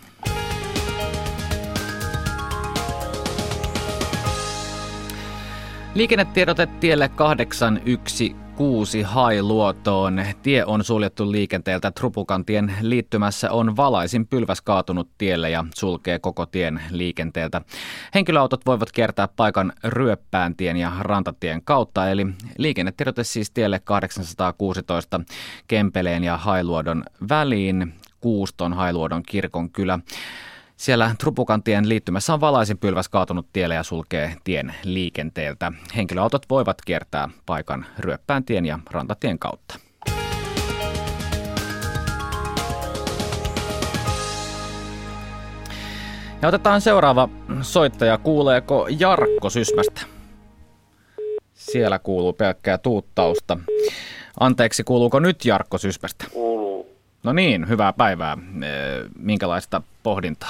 Liikennetiedote tielle kahdeksan yksi kuusi Hailuotoon. Tie on suljettu liikenteeltä. Trupukantien liittymässä on valaisin pylväs kaatunut tielle ja sulkee koko tien liikenteeltä. Henkilöautot voivat kiertää paikan Ryöppääntien ja Rantatien kautta, eli liikennetiedote siis tielle kahdeksansataakuusitoista Kempeleen ja Hailuodon väliin, Kuuston Hailuodon kirkonkylä. Siellä Trupukantien liittymässä on valaisin pylväs kaatunut tielle ja sulkee tien liikenteeltä. Henkilöautot voivat kiertää paikan Ryöppääntien ja Rantatien kautta. Ja otetaan seuraava soittaja. Kuuleeko Jarkko Sysmästä? Siellä kuuluu pelkkää tuuttausta. Anteeksi, kuuluuko nyt Jarkko Sysmästä? Kuuluu. No niin, hyvää päivää. Minkälaista pohdintaa?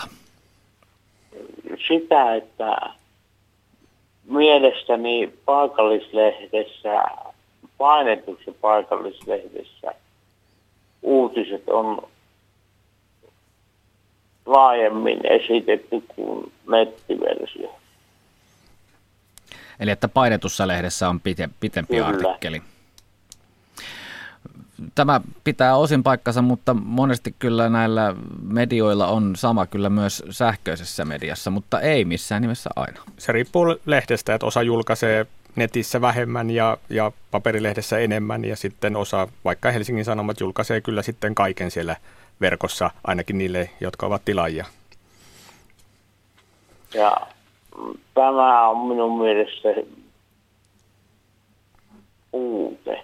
Sitä, että mielestäni paikallislehdessä, painetussa paikallislehdessä uutiset on laajemmin esitetty kuin nettiversio. Eli että painetussa lehdessä on pite, pitempi Kyllä. artikkeli. Tämä pitää osin paikkansa, mutta monesti kyllä näillä medioilla on sama kyllä myös sähköisessä mediassa, mutta ei missään nimessä aina. Se riippuu lehdestä, että osa julkaisee netissä vähemmän ja, ja paperilehdessä enemmän, ja sitten osa, vaikka Helsingin Sanomat, julkaisee kyllä sitten kaiken siellä verkossa, ainakin niille, jotka ovat tilaajia. Ja tämä on minun mielestä puute.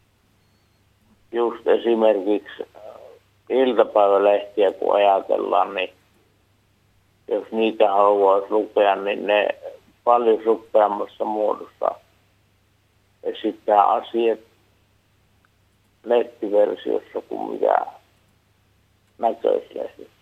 Just esimerkiksi iltapäivälehtiä, kun ajatellaan, niin jos niitä haluaisi lukea, niin ne paljon suppeammassa muodossa esittää asiat nettiversiossa kuin mitä näköislehdessä.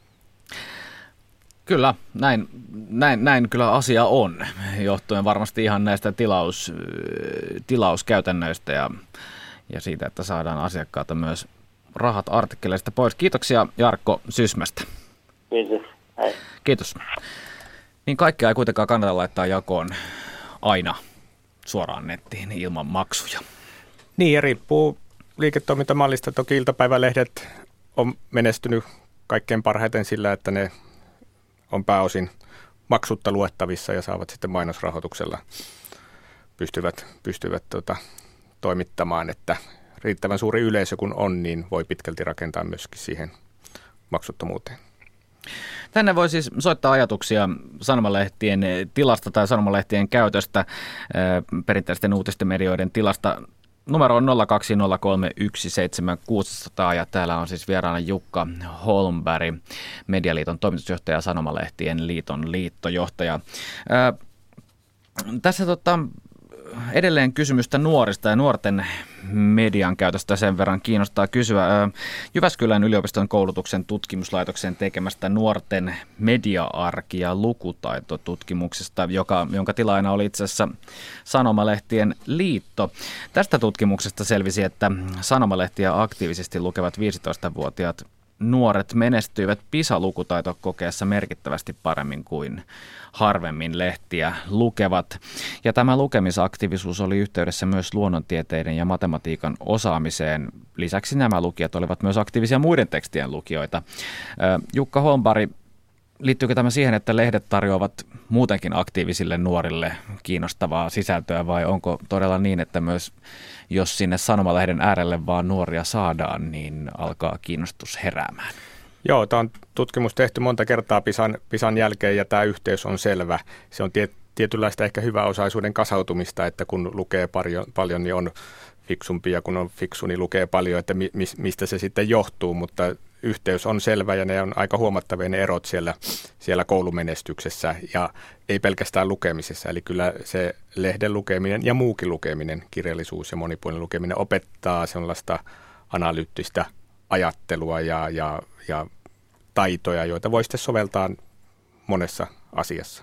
Kyllä, näin, näin, näin kyllä asia on, johtuen varmasti ihan näistä tilaus, tilauskäytännöistä ja ja siitä, että saadaan asiakkaalta myös rahat artikkeleista pois. Kiitoksia Jarkko Sysmästä. Kiitos. Hei. Kiitos. Niin kaikkea ei kuitenkaan kannata laittaa jakoon aina suoraan nettiin ilman maksuja. Niin, ja riippuu liiketoimintamallista. Toki iltapäivälehdet on menestynyt kaikkein parhaiten sillä, että ne on pääosin maksutta luettavissa ja saavat sitten mainosrahoituksella pystyvät, pystyvät tuota, toimittamaan, että riittävän suuri yleisö kun on, niin voi pitkälti rakentaa myöskin siihen maksuttomuuteen. Tänne voi siis soittaa ajatuksia sanomalehtien tilasta tai sanomalehtien käytöstä, perinteisten uutisten medioiden tilasta. Numero on nolla kaksi nolla kolme yksi seitsemän kuusi nolla nolla ja täällä on siis vieraana Jukka Holmberg, Medialiiton toimitusjohtaja ja Sanomalehtien liiton liittojohtaja. Ää, tässä tota, edelleen kysymystä nuorista ja nuorten median käytöstä sen verran kiinnostaa kysyä. Jyväskylän yliopiston koulutuksen tutkimuslaitoksen tekemästä nuorten media-arki- ja lukutaitotutkimuksesta, joka, jonka tilaajana oli itse asiassa Sanomalehtien liitto. Tästä tutkimuksesta selvisi, että sanomalehtiä aktiivisesti lukevat viisitoistavuotiaat nuoret menestyivät PISA-lukutaitokokeessa merkittävästi paremmin kuin harvemmin lehtiä lukevat. Ja tämä lukemisaktiivisuus oli yhteydessä myös luonnontieteiden ja matematiikan osaamiseen. Lisäksi nämä lukijat olivat myös aktiivisia muiden tekstien lukijoita. Jukka Holmberg, liittyykö tämä siihen, että lehdet tarjoavat muutenkin aktiivisille nuorille kiinnostavaa sisältöä vai onko todella niin, että myös jos sinne sanomalehden äärelle vaan nuoria saadaan, niin alkaa kiinnostus heräämään? Joo, tämä on tutkimus tehty monta kertaa Pisan, Pisan jälkeen ja tämä yhteys on selvä. Se on tiet, tietynlaista ehkä hyväosaisuuden kasautumista, että kun lukee paljon, paljon niin on fiksumpi ja kun on fiksu, niin lukee paljon, että mi, mistä se sitten johtuu, mutta yhteys on selvä ja ne on aika huomattavia ne erot siellä, siellä koulumenestyksessä ja ei pelkästään lukemisessa. Eli kyllä se lehden lukeminen ja muukin lukeminen, kirjallisuus ja monipuolinen lukeminen opettaa sellaista analyyttistä ajattelua ja, ja, ja taitoja, joita voi sitten soveltaa monessa asiassa.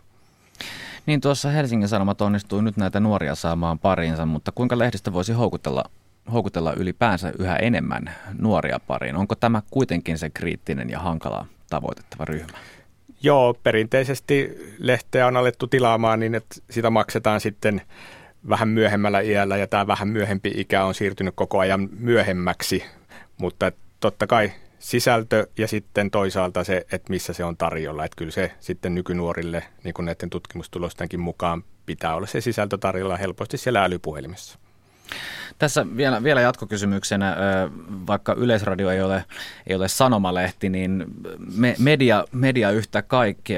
Niin tuossa Helsingin Sanomat onnistui nyt näitä nuoria saamaan pariinsa, mutta kuinka lehdistä voisi houkutella, houkutella ylipäänsä yhä enemmän nuoria pariin? Onko tämä kuitenkin se kriittinen ja hankala tavoitettava ryhmä? Joo, perinteisesti lehteä on alettu tilaamaan niin, että sitä maksetaan sitten vähän myöhemmällä iällä ja tämä vähän myöhempi ikä on siirtynyt koko ajan myöhemmäksi, mutta totta kai sisältö ja sitten toisaalta se, että missä se on tarjolla. Että kyllä se sitten nykynuorille, niin kuin näiden tutkimustulostenkin mukaan, pitää olla se sisältö tarjolla helposti siellä älypuhelimessa. Tässä vielä, vielä jatkokysymyksenä, vaikka Yleisradio ei ole, ei ole sanomalehti, niin media, media yhtä kaikki.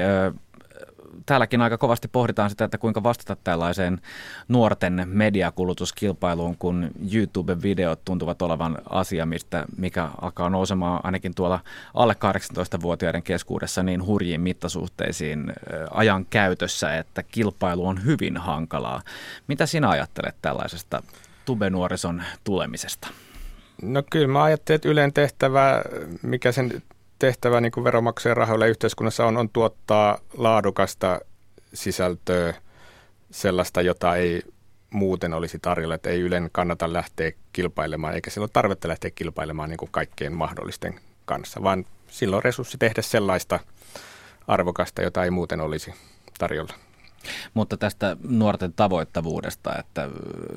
Täälläkin aika kovasti pohditaan sitä, että kuinka vastata tällaiseen nuorten mediakulutuskilpailuun, kun YouTube-videot tuntuvat olevan asia, mistä, mikä alkaa nousemaan ainakin tuolla alle kahdeksantoistavuotiaiden keskuudessa niin hurjiin mittasuhteisiin ajan käytössä, että kilpailu on hyvin hankalaa. Mitä sinä ajattelet tällaisesta tubenuorison tulemisesta? No kyllä mä ajattelen, että Ylen tehtävä, mikä sen tehtävä niin kuin veronmaksajien rahoilla yhteiskunnassa on, on tuottaa laadukasta sisältöä, sellaista, jota ei muuten olisi tarjolla, että ei Ylen kannata lähteä kilpailemaan, eikä sillä ole tarvetta lähteä kilpailemaan niin kuin kaikkien mahdollisten kanssa, vaan silloin resurssi tehdä sellaista arvokasta, jota ei muuten olisi tarjolla. Mutta tästä nuorten tavoittavuudesta, että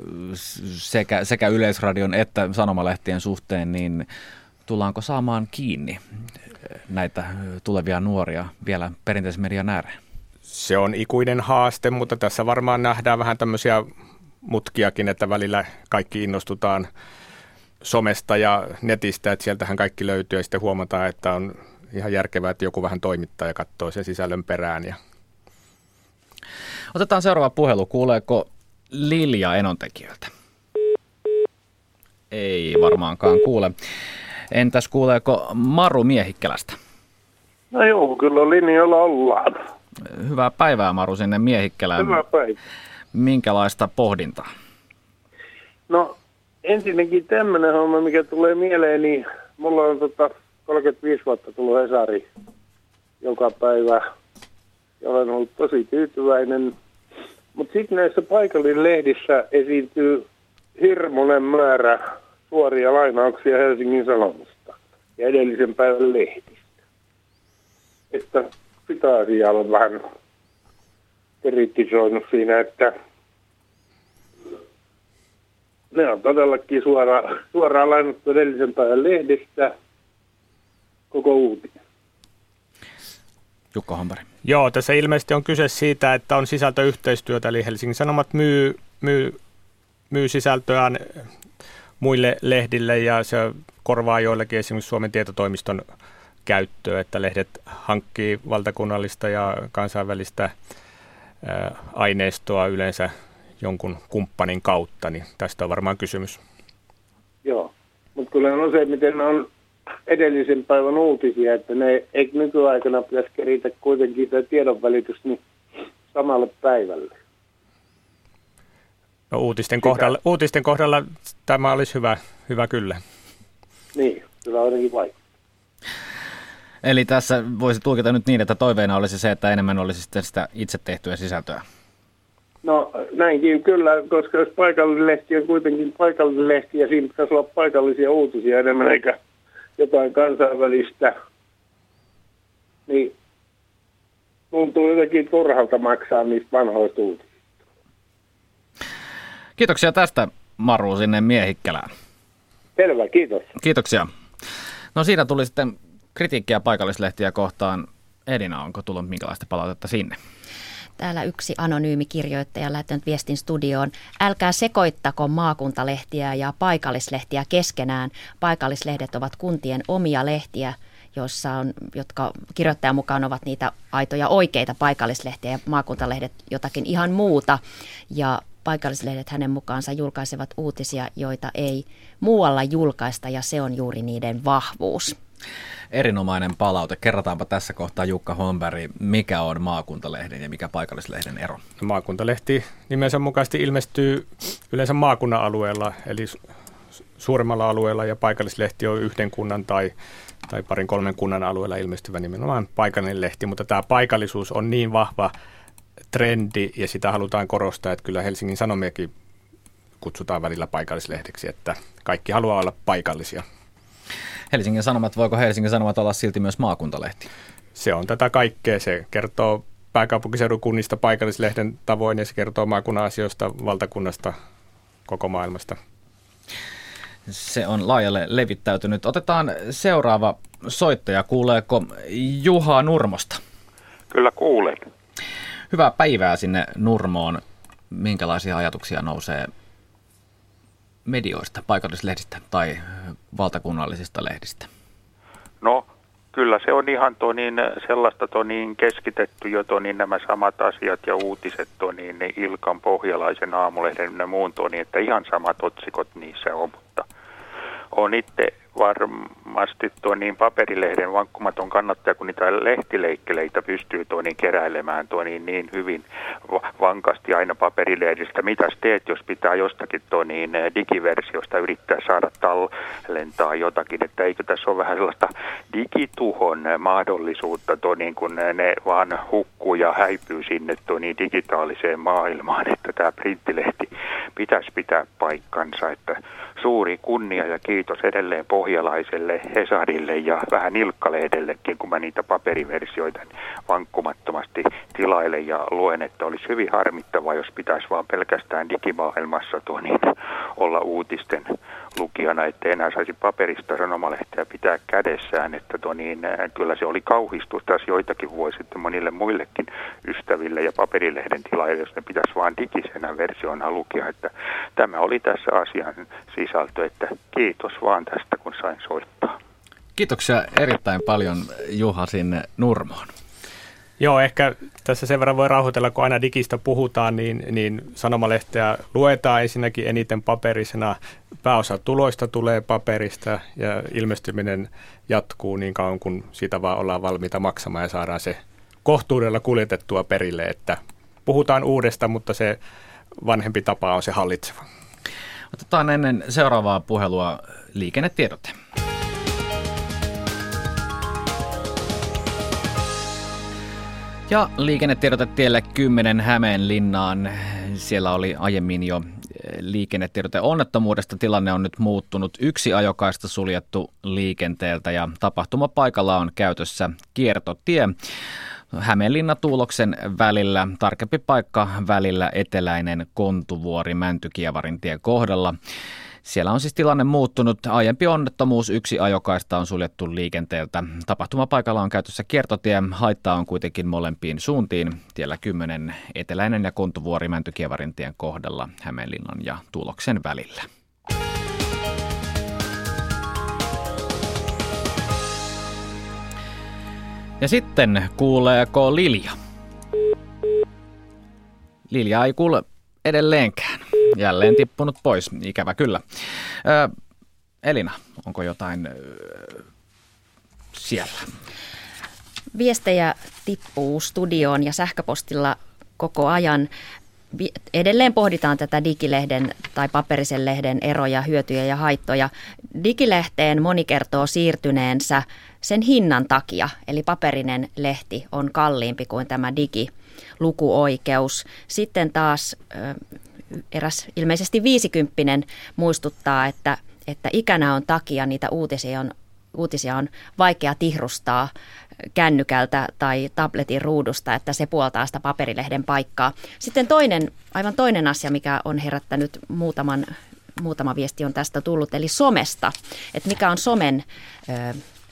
sekä, sekä Yleisradion että sanomalehtien suhteen, niin tullaanko saamaan kiinni näitä tulevia nuoria vielä perinteisen median ääreen? Se on ikuinen haaste, mutta tässä varmaan nähdään vähän tämmöisiä mutkiakin, että välillä kaikki innostutaan somesta ja netistä, että sieltähän kaikki löytyy ja sitten huomataan, että on ihan järkevää, että joku vähän toimittaa ja katsoo sen sisällön perään. Ja otetaan seuraava puhelu. Kuuleeko Lilja Enontekiöltä? Ei varmaankaan kuule. Entäs kuuleeko Maru Miehikkälästä? No joo, kyllä linjoilla ollaan. Hyvää päivää Maru sinne Miehikkälään. Hyvää päivää. Minkälaista pohdintaa? No ensinnäkin tämmöinen homma, mikä tulee mieleen, niin mulla on tota kolmekymmentäviisi vuotta tullut Hesari joka päivä ja olen ollut tosi tyytyväinen. Mutta sitten näissä paikallislehdissä esiintyy hirmuinen määrä suoria lainauksia Helsingin Sanomista ja edellisen päivän lehdistä. Että sitä asiaa olen vähän kritisoinut siinä, että ne on todellakin suora, suoraan lainattu edellisen päivän lehdistä koko uutinen. Jukka Hampari. Joo, tässä ilmeisesti on kyse siitä, että on sisältöyhteistyötä, eli Helsingin Sanomat myy, myy, myy sisältöään muille lehdille ja se korvaa joillekin esimerkiksi Suomen tietotoimiston käyttöä, että lehdet hankkii valtakunnallista ja kansainvälistä ää, aineistoa yleensä jonkun kumppanin kautta, niin tästä on varmaan kysymys. Joo, mutta kyllä on se, miten ne on edellisen päivän uutisia, että ne ei nykyaikana pitäisi keritä kuitenkin sitä tiedonvälitystä niin samalle päivälle. No, uutisten, kohdalla, uutisten kohdalla tämä olisi hyvä, hyvä kyllä. Niin, kyllä ainakin vaikuttaa. Eli tässä voisi tulkita nyt niin, että toiveena olisi se, että enemmän olisi sitten sitä itse tehtyä sisältöä. No näinkin kyllä, koska jos paikallislehti on kuitenkin paikallislehti ja siinä pitäisi olla paikallisia uutisia enemmän eikä jotain kansainvälistä, niin tuntuu jotenkin turhalta maksaa niistä vanhoista uutisista. Kiitoksia tästä, Maru, sinne Miehikkälään. Selvä, kiitos. Kiitoksia. No siinä tuli sitten kritiikkiä paikallislehtiä kohtaan Elina, onko tullut minkälaista palautetta sinne? Täällä yksi anonyymi kirjoittaja on lähettänyt viestin studioon. Älkää sekoittako maakuntalehtiä ja paikallislehtiä keskenään. Paikallislehdet ovat kuntien omia lehtiä, joissa on, jotka kirjoittajan mukaan ovat niitä aitoja oikeita paikallislehtiä ja maakuntalehdet jotakin ihan muuta. Ja paikallislehdet hänen mukaansa julkaisevat uutisia, joita ei muualla julkaista, ja se on juuri niiden vahvuus. Erinomainen palaute. Kerrataanpa tässä kohtaa, Jukka Holmberg, mikä on maakuntalehden ja mikä paikallislehden ero? Maakuntalehti nimensä mukaisesti ilmestyy yleensä maakunnan alueella, eli suuremmalla alueella, ja paikallislehti on yhden kunnan tai, tai parin kolmen kunnan alueella ilmestyvä nimenomaan paikallinen lehti, mutta tämä paikallisuus on niin vahva trendi, ja sitä halutaan korostaa, että kyllä Helsingin Sanomiakin kutsutaan välillä paikallislehdeksi, että kaikki haluaa olla paikallisia. Helsingin Sanomat, voiko Helsingin Sanomat olla silti myös maakuntalehti? Se on tätä kaikkea. Se kertoo pääkaupunkiseudun kunnista paikallislehden tavoin, ja se kertoo maakunnan asioista, valtakunnasta, koko maailmasta. Se on laajalle levittäytynyt. Otetaan seuraava soittaja. Kuuleeko Juha Nurmosta? Kyllä kuulen. Hyvää päivää sinne Nurmoon. Minkälaisia ajatuksia nousee medioista, paikallislehdistä tai valtakunnallisista lehdistä? No kyllä se on ihan to niin, sellaista to niin keskitetty jo to niin nämä samat asiat ja uutiset to niin ne Ilkan, Pohjalaisen, Aamulehden ja muun to niin, että ihan samat otsikot niissä on, mutta on itse varmasti tuo niin paperilehden vankkumaton kannattaja, kun niitä lehtileikkeleitä pystyy tuo niin keräilemään tuo niin, niin hyvin vankasti aina paperilehdistä. Mitäs teet, jos pitää jostakin tuo niin digiversiosta yrittää saada tallentaa jotakin, että eikö tässä ole vähän sellaista digituhon mahdollisuutta tuo niin, kun ne vaan hukkuu ja häipyy sinne tuo niin digitaaliseen maailmaan, että tämä printtilehti pitäisi pitää paikkansa, että suuri kunnia ja kiitos edelleen Pohjalaiselle, Hesarille ja vähän Ilkka-lehdellekin, kun mä niitä paperiversioita vankkumattomasti tilailen ja luen, että olisi hyvin harmittavaa, jos pitäisi vaan pelkästään digimaailmassa tuo niin olla uutisten lukijana, että enää saisi paperista sanomalehteä pitää kädessään, että tuo niin, kyllä se oli kauhistus tässä joitakin vuosia sitten monille muillekin ystäville ja paperilehden tilaajille, jos ne pitäisi vaan digisenä versiona lukia, että tämä oli tässä asian sisältö, että kiitos vaan tästä, kun sain soittaa. Kiitoksia erittäin paljon Juha sinne Nurmoon. Joo, ehkä tässä sen verran voi rauhoitella, kun aina digistä puhutaan, niin, niin sanomalehteä luetaan ensinnäkin eniten paperisena. Pääosa tuloista tulee paperista ja ilmestyminen jatkuu niin kauan, kun siitä vaan ollaan valmiita maksamaan ja saadaan se kohtuudella kuljetettua perille. Että puhutaan uudesta, mutta se vanhempi tapa on se hallitseva. Otetaan ennen seuraavaa puhelua liikennetiedote. Ja liikennetiedote tielle kymmenen Hämeenlinnaan. Siellä oli aiemmin jo liikennetiedote onnettomuudesta. Tilanne on nyt muuttunut. Yksi ajokaista suljettu liikenteeltä ja tapahtumapaikalla on käytössä kiertotie. Hämeenlinna-Tuuloksen välillä, tarkempi paikka välillä eteläinen Kontuvuori Mäntykievarin tien kohdalla. Siellä on siis tilanne muuttunut. Aiempi onnettomuus, yksi ajokaista on suljettu liikenteeltä. Tapahtumapaikalla on käytössä kiertotie. Haittaa on kuitenkin molempiin suuntiin. Tiellä kymmenen eteläinen ja Kontuvuori Mäntykievarin tien kohdalla Hämeenlinnan ja Tuuloksen välillä. Ja sitten kuuleeko Lilja? Lilja ei kuule edelleenkään. Jälleen tippunut pois, ikävä kyllä. Ö, Elina, onko jotain ö, siellä? Viestejä tippuu studioon ja sähköpostilla koko ajan. Edelleen pohditaan tätä digilehden tai paperisen lehden eroja, hyötyjä ja haittoja. Digilehteen moni kertoo siirtyneensä sen hinnan takia, eli paperinen lehti on kalliimpi kuin tämä digilukuoikeus. Sitten taas eräs ilmeisesti viisikymppinen muistuttaa, että, että ikänä on takia niitä uutisia on, uutisia on vaikea tihrustaa kännykältä tai tabletin ruudusta, että se puoltaa sitä paperilehden paikkaa. Sitten toinen, aivan toinen asia, mikä on herättänyt muutaman, muutama viesti on tästä tullut, eli somesta. Että mikä on somen ö,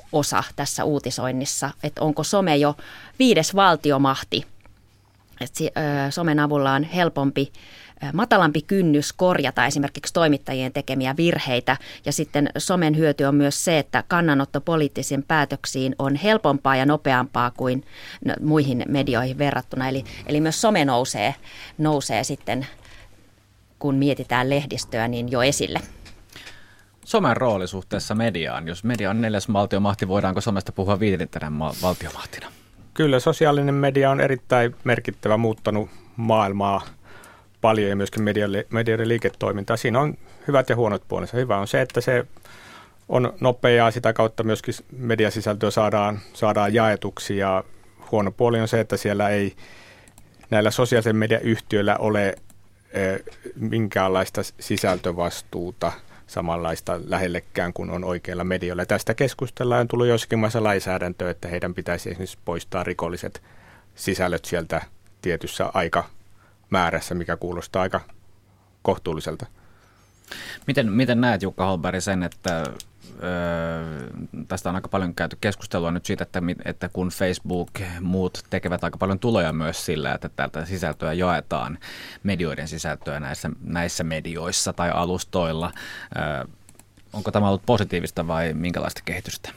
osa tässä uutisoinnissa, että onko some jo viides valtiomahti. Että somen avulla on helpompi, matalampi kynnys korjata esimerkiksi toimittajien tekemiä virheitä. Ja sitten somen hyöty on myös se, että kannanotto poliittisiin päätöksiin on helpompaa ja nopeampaa kuin muihin medioihin verrattuna. Eli, eli myös some nousee, nousee sitten, kun mietitään lehdistöä, niin jo esille. Somen rooli suhteessa mediaan. Jos media on neljäs valtiomahti, voidaanko somesta puhua viidentenä valtiomahtina? Kyllä, sosiaalinen media on erittäin merkittävä, muuttanut maailmaa paljon ja myöskin medioiden liiketoimintaa. Siinä on hyvät ja huonot puolensa. Hyvä on se, että se on nopeaa, sitä kautta myöskin mediasisältöä saadaan, saadaan jaetuksi, ja huono puoli on se, että siellä ei näillä sosiaalisen median yhtiöillä ole e, minkäänlaista sisältövastuuta samanlaista lähellekään kuin on oikeilla medioilla. Tästä keskustellaan, on tullut jossakin maassa lainsäädäntöä, että heidän pitäisi esimerkiksi poistaa rikolliset sisällöt sieltä tietyssä aikamäärässä, mikä kuulostaa aika kohtuulliselta. Miten, miten näet, Jukka Holmberg, sen, että öö, tästä on aika paljon käyty keskustelua nyt siitä, että, että kun Facebook muut tekevät aika paljon tuloja myös sillä, että täältä sisältöä jaetaan, medioiden sisältöä näissä, näissä medioissa tai alustoilla. Öö, onko tämä ollut positiivista vai minkälaista kehitystä?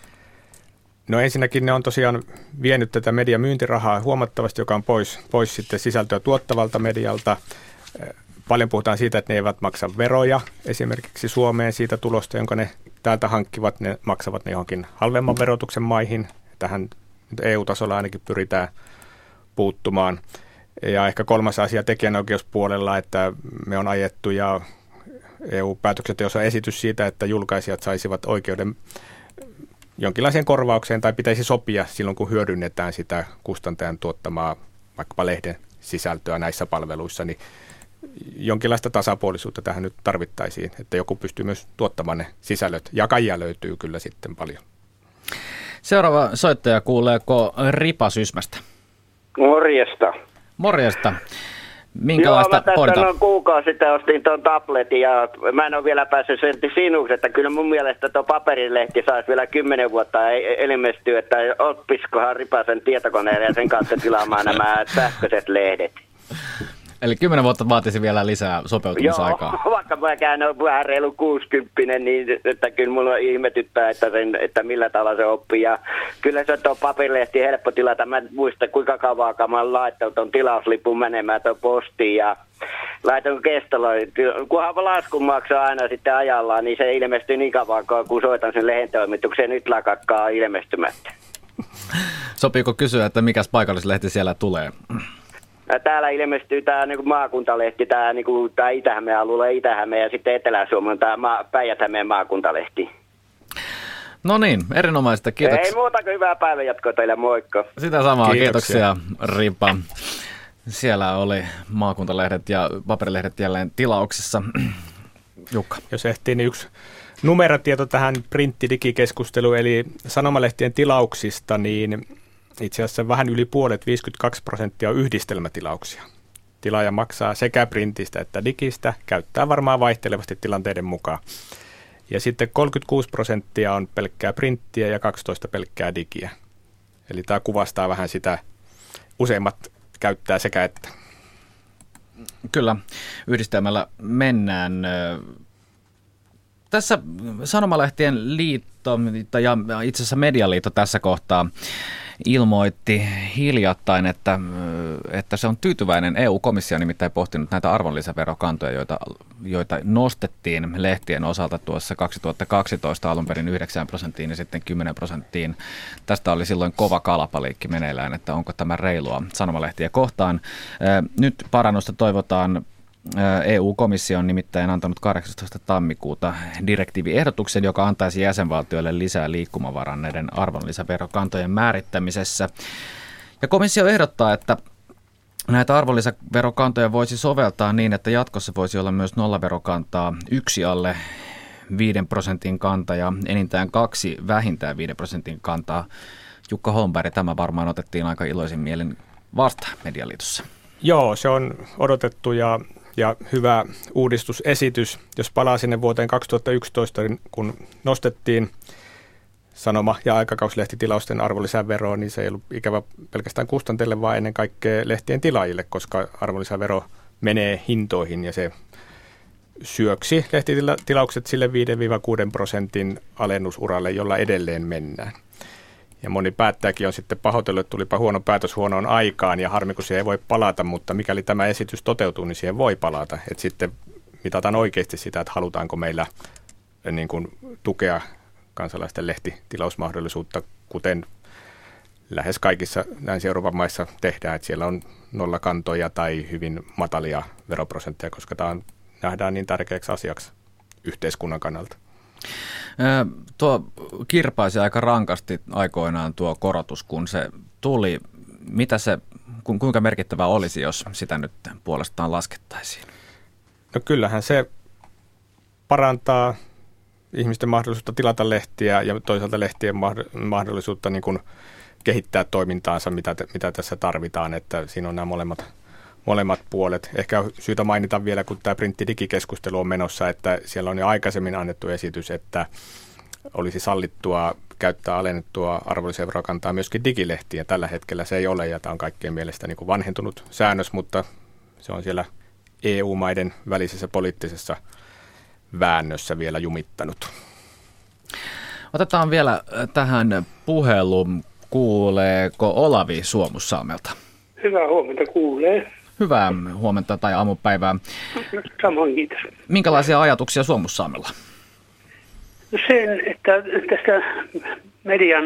No ensinnäkin ne on tosiaan vienyt tätä median myyntirahaa huomattavasti, joka on pois, pois sitten sisältöä tuottavalta medialta. Paljon puhutaan siitä, että ne eivät maksa veroja esimerkiksi Suomeen siitä tulosta, jonka ne täältä hankkivat. Ne maksavat ne johonkin halvemman verotuksen maihin. Tähän E U-tasolla ainakin pyritään puuttumaan. Ja ehkä kolmas asia tekijänoikeuspuolella, että me on ajettu ja E U-päätöksenteossa on esitys siitä, että julkaisijat saisivat oikeuden jonkinlaiseen korvaukseen tai pitäisi sopia silloin, kun hyödynnetään sitä kustantajan tuottamaa vaikkapa lehden sisältöä näissä palveluissa, niin jonkinlaista tasapuolisuutta tähän nyt tarvittaisiin, että joku pystyy myös tuottamaan ne sisällöt. Jakajia löytyy kyllä sitten paljon. Seuraava soittaja, kuuleeko Ripa Sysmästä? Morjesta. Morjesta. Minkälaista Joo, mä pohdintaa? tässä noin kuukausi sitten ostin tuon tabletin ja mä en ole vielä päässyt sen sinuksi, että kyllä mun mielestä tuo paperilehti saisi vielä kymmenen vuotta ilmestyä, että oppisikohan Ripasen tietokoneelle ja sen kautta tilaamaan nämä sähköiset lehdet. Eli kymmenen vuotta vaatisi vielä lisää sopeutumisaikaa. Joo, vaikka mä käyn on vähän reilu kuusikymppinen, niin että kyllä mulla ihmetyttää, että, sen, että millä tavalla se oppii. Ja kyllä se on paperilehti helppo tilata. Mä en muista kuinka kauan mä oon laittanut tuon tilauslipun menemään tuon postiin ja laitan kestolla. Kunhan laskun maksaa aina sitten ajallaan, niin se ilmestyy niin kauan, kun soitan sen lehden toimitukseen. Nyt lakakkaa ilmestymättä. Sopiiko kysyä, että mikäs paikallislehti siellä tulee? Täällä ilmestyy tämä niinku maakuntalehti, tämä niinku, Itä-Hämeen alueella Itä-Hämeen ja sitten Etelä-Suomen tämä maa, Päijät-Hämeen maakuntalehti. No niin, erinomaista, kiitoksia. Ei muuta kuin hyvää päivänjatkoa teille, moikka. Sitä samaa, kiitoksia, kiitoksia Ripa. Siellä oli maakuntalehdet ja paperilehdet jälleen tilauksessa. Jukka. Jos ehtii, niin yksi numerotieto tähän printti-digikeskusteluun, eli sanomalehtien tilauksista, niin itse asiassa vähän yli puolet, viisikymmentäkaksi prosenttia on yhdistelmätilauksia. Tilaaja maksaa sekä printistä että digistä, käyttää varmaan vaihtelevasti tilanteiden mukaan. Ja sitten kolmekymmentäkuusi prosenttia on pelkkää printtiä ja kaksitoista pelkkää digiä. Eli tämä kuvastaa vähän sitä, useimmat käyttää sekä että. Kyllä, yhdistelmällä mennään. Tässä Sanomalehtien liitto ja itse asiassa Medialiitto tässä kohtaa ilmoitti hiljattain, että, että se on tyytyväinen. E U-komissio on nimittäin pohtinut näitä arvonlisäverokantoja, joita, joita nostettiin lehtien osalta tuossa kaksituhattakaksitoista alun perin yhdeksän prosenttiin ja sitten kymmenen prosenttiin. Tästä oli silloin kova kalapaliikki meneillään, että onko tämä reilua sanomalehtiä kohtaan. Nyt parannusta toivotaan. E U-komissio on nimittäin antanut kahdeksastoista tammikuuta direktiiviehdotuksen, joka antaisi jäsenvaltioille lisää liikkumavaraa näiden arvonlisäverokantojen määrittämisessä. Ja komissio ehdottaa, että näitä arvonlisäverokantoja voisi soveltaa niin, että jatkossa voisi olla myös nollaverokantaa yksi alle viiden prosentin kanta ja enintään kaksi vähintään viiden prosentin kantaa. Jukka Holmberg, tämä varmaan otettiin aika iloisin mielin vastaan Medialiitossa. Joo, se on odotettu ja Ja hyvä uudistusesitys, jos palaa sinne vuoteen kaksituhattayksitoista, kun nostettiin sanoma- ja aikakauslehtitilausten arvonlisäveroa, niin se ei ollut ikävä pelkästään kustantajille, vaan ennen kaikkea lehtien tilaajille, koska arvonlisävero menee hintoihin ja se syöksi lehtitilaukset sille viisi kuusi prosentin alennusuralle, jolla edelleen mennään. Ja moni päättäjäkin on sitten pahoitellut, että tulipa huono päätös huonoon aikaan ja harmi, kun siihen ei voi palata, mutta mikäli tämä esitys toteutuu, niin siihen voi palata. Että sitten mitataan oikeasti sitä, että halutaanko meillä niin kuin tukea kansalaisten lehtitilausmahdollisuutta, kuten lähes kaikissa Länsi-Euroopan maissa tehdään, että siellä on nollakantoja tai hyvin matalia veroprosentteja, koska tämä on, nähdään niin tärkeäksi asiaksi yhteiskunnan kannalta. Tuo kirpaisi aika rankasti aikoinaan tuo korotus, kun se tuli. Mitä se, kuinka merkittävää olisi, jos sitä nyt puolestaan laskettaisiin? No kyllähän se parantaa ihmisten mahdollisuutta tilata lehtiä ja toisaalta lehtien mahdollisuutta niin kuin kehittää toimintaansa, mitä, mitä tässä tarvitaan, että siinä on nämä molemmat, molemmat puolet. Ehkä on syytä mainita vielä, kun tämä printti-digikeskustelu on menossa, että siellä on jo aikaisemmin annettu esitys, että olisi sallittua käyttää alennettua arvonlisäverokantaa myöskin digilehtiä. Tällä hetkellä se ei ole, ja tämä on kaikkien mielestä niin kuin vanhentunut säännös, mutta se on siellä E U-maiden välisessä poliittisessa väännössä vielä jumittanut. Otetaan vielä tähän puheluun. Kuuleeko Olavi Suomussaamelta? Hyvää huomenta, kuulee. Hyvää huomenta tai aamupäivää. Samoin, kiitos. Minkälaisia ajatuksia Suomussaamella? No sen, että tästä median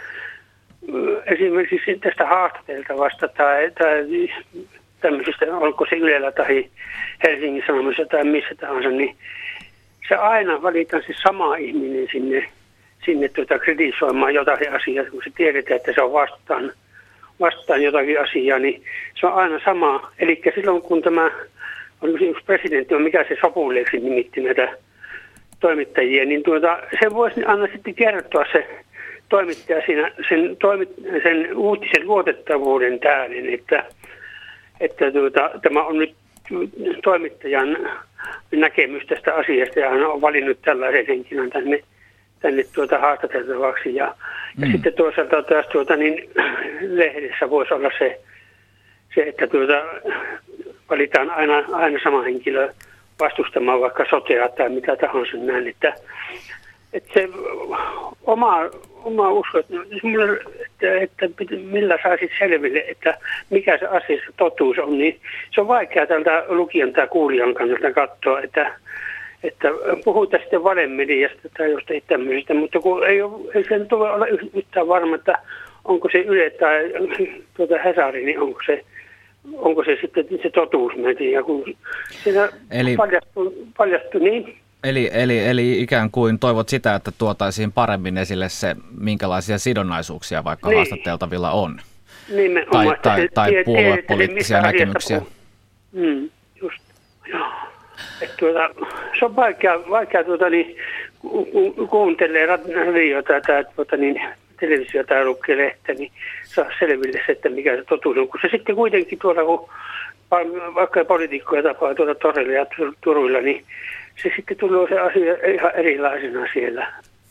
esimerkiksi tästä haastateltavasta tai, tai tämmöisestä, olko se Ylellä tai Helsingin Sanomissa tai missä tahansa, niin se aina valitaan se sama ihminen sinne, sinne tuota kritisoimaan jotakin asiaa, kun se tiedetään, että se on vastaan, vastaan jotakin asiaa, niin se on aina sama. Eli silloin kun tämä, oliko se yksi presidentti on, mikä se Sopuleeksi nimitti näitä toimittajia, niin tuota, se voisi aina sitten kertoa se toimittaja siinä, sen, toimit, sen uutisen luotettavuuden tähden, että, että tuota, tämä on nyt toimittajan näkemys tästä asiasta ja hän on valinnut tällaisen henkilön tänne, tänne tuota haastateltavaksi. Ja, mm. ja sitten toisaalta taas tuota, niin, lehdessä voisi olla se, se että tuota, valitaan aina, aina sama henkilö vastustamaan vaikka sotea tai mitä tahansa näin. Että, että se oma, oma usko, että, että, että millä saisit selville, että mikä se asiassa totuus on, niin se on vaikea tältä lukijan tai kuulijan kannalta katsoa, että, että puhutaan sitten valemediasta tai jostain tämmöisestä, mutta kun ei, ole, ei sen tule olla yhtään varma, että onko se Yle tai tuota Hesari, niin onko se Onko se sitten se totuus, mä en tiedä, kun siinä eli, paljastui, paljastui niin. Eli, eli, eli ikään kuin toivot sitä, että tuotaisiin paremmin esille se, minkälaisia sidonnaisuuksia vaikka niin haastateltavilla on. Nimenomaan, tai tai, tai tie, puoluepoliittisia tie, näkemyksiä. Mm, just, joo. Että tuota, se on vaikea, vaikea tuota, niin, ku, ku, kuuntelee radiota tai tuota, niin, televisiota tai lukee lehteä, niin saa selville se, että mikä se totuus on. Kun se sitten kuitenkin tuolla, kun vaikka poliitikkoja tapaa tuolla torilla ja Turuilla, niin se sitten tulee se asia ihan erilaisena siellä.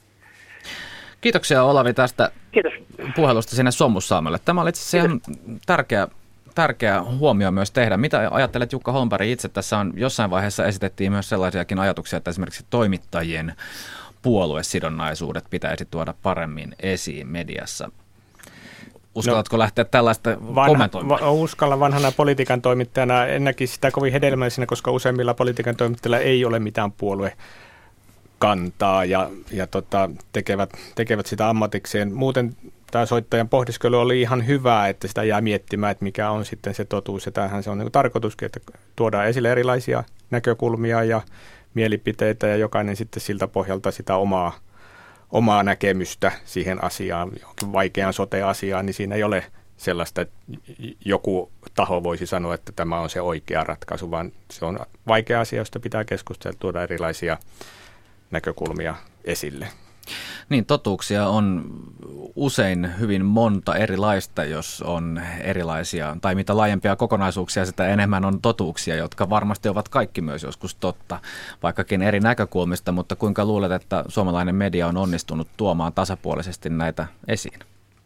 Kiitoksia Olavi tästä Kiitos. puhelusta sinne Suomussaamelle. Tämä oli itse asiassa ihan tärkeä, tärkeä huomio myös tehdä. Mitä ajattelet Jukka Holmberg itse? Tässä on jossain vaiheessa esitettiin myös sellaisiakin ajatuksia, että esimerkiksi toimittajien puoluesidonnaisuudet pitäisi tuoda paremmin esiin mediassa. Uskallatko no, lähteä tällaista vanha, kommentoimaan? Va, uskalla vanhana politiikan toimittajana. En näkisi sitä kovin hedelmällisenä, koska useimmilla politiikan toimittajilla ei ole mitään puoluekantaa ja, ja tota, tekevät, tekevät sitä ammatikseen. Muuten tämä soittajan pohdiskelu oli ihan hyvää, että sitä jää miettimään, että mikä on sitten se totuus. Ja tämähän se on niin kuin tarkoituskin, että tuodaan esille erilaisia näkökulmia ja mielipiteitä ja jokainen sitten siltä pohjalta sitä omaa, omaa näkemystä siihen asiaan, johonkin vaikeaan sote-asiaan, niin siinä ei ole sellaista, että joku taho voisi sanoa, että tämä on se oikea ratkaisu, vaan se on vaikea asia, josta pitää keskustella, tuoda erilaisia näkökulmia esille. Niin, totuuksia on usein hyvin monta erilaista, jos on erilaisia, tai mitä laajempia kokonaisuuksia, sitä enemmän on totuuksia, jotka varmasti ovat kaikki myös joskus totta, vaikkakin eri näkökulmista, mutta kuinka luulet, että suomalainen media on onnistunut tuomaan tasapuolisesti näitä esiin?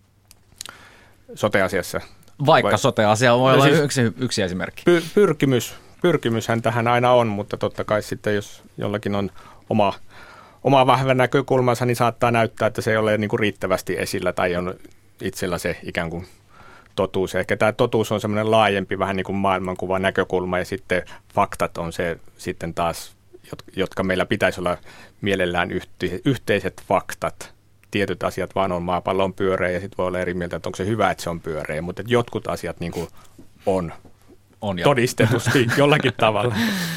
Sote-asiassa. Vaikka Vai? sote-asia voi no olla siis yksi, yksi esimerkki. Py, pyrkimys, pyrkimyshän tähän aina on, mutta totta kai sitten, jos jollakin on oma, oma vahva näkökulmansa, niin saattaa näyttää, että se ei ole niin kuin riittävästi esillä tai on itsellä se ikään kuin totuus. Ehkä tämä totuus on semmoinen laajempi vähän niin kuin maailmankuvan näkökulma ja sitten faktat on se sitten taas, jotka meillä pitäisi olla mielellään yhteiset faktat. Tietyt asiat vaan on, maapallo on pyöreä ja sitten voi olla eri mieltä, että onko se hyvä, että se on pyöreä, mutta jotkut asiat niin kuin on, on todistetusti jollakin tavalla.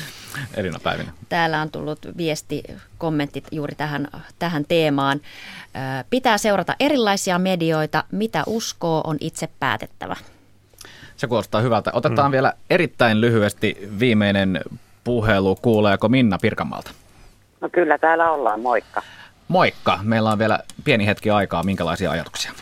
Elina Päivinen. Täällä on tullut viesti, kommentit juuri tähän, tähän teemaan. Pitää seurata erilaisia medioita, mitä uskoo on itse päätettävä. Se kuulostaa hyvältä. Otetaan mm. vielä erittäin lyhyesti viimeinen puhelu. Kuuleeko Minna Pirkanmaalta? No kyllä täällä ollaan, moikka. Moikka. Meillä on vielä pieni hetki aikaa. Minkälaisia ajatuksia?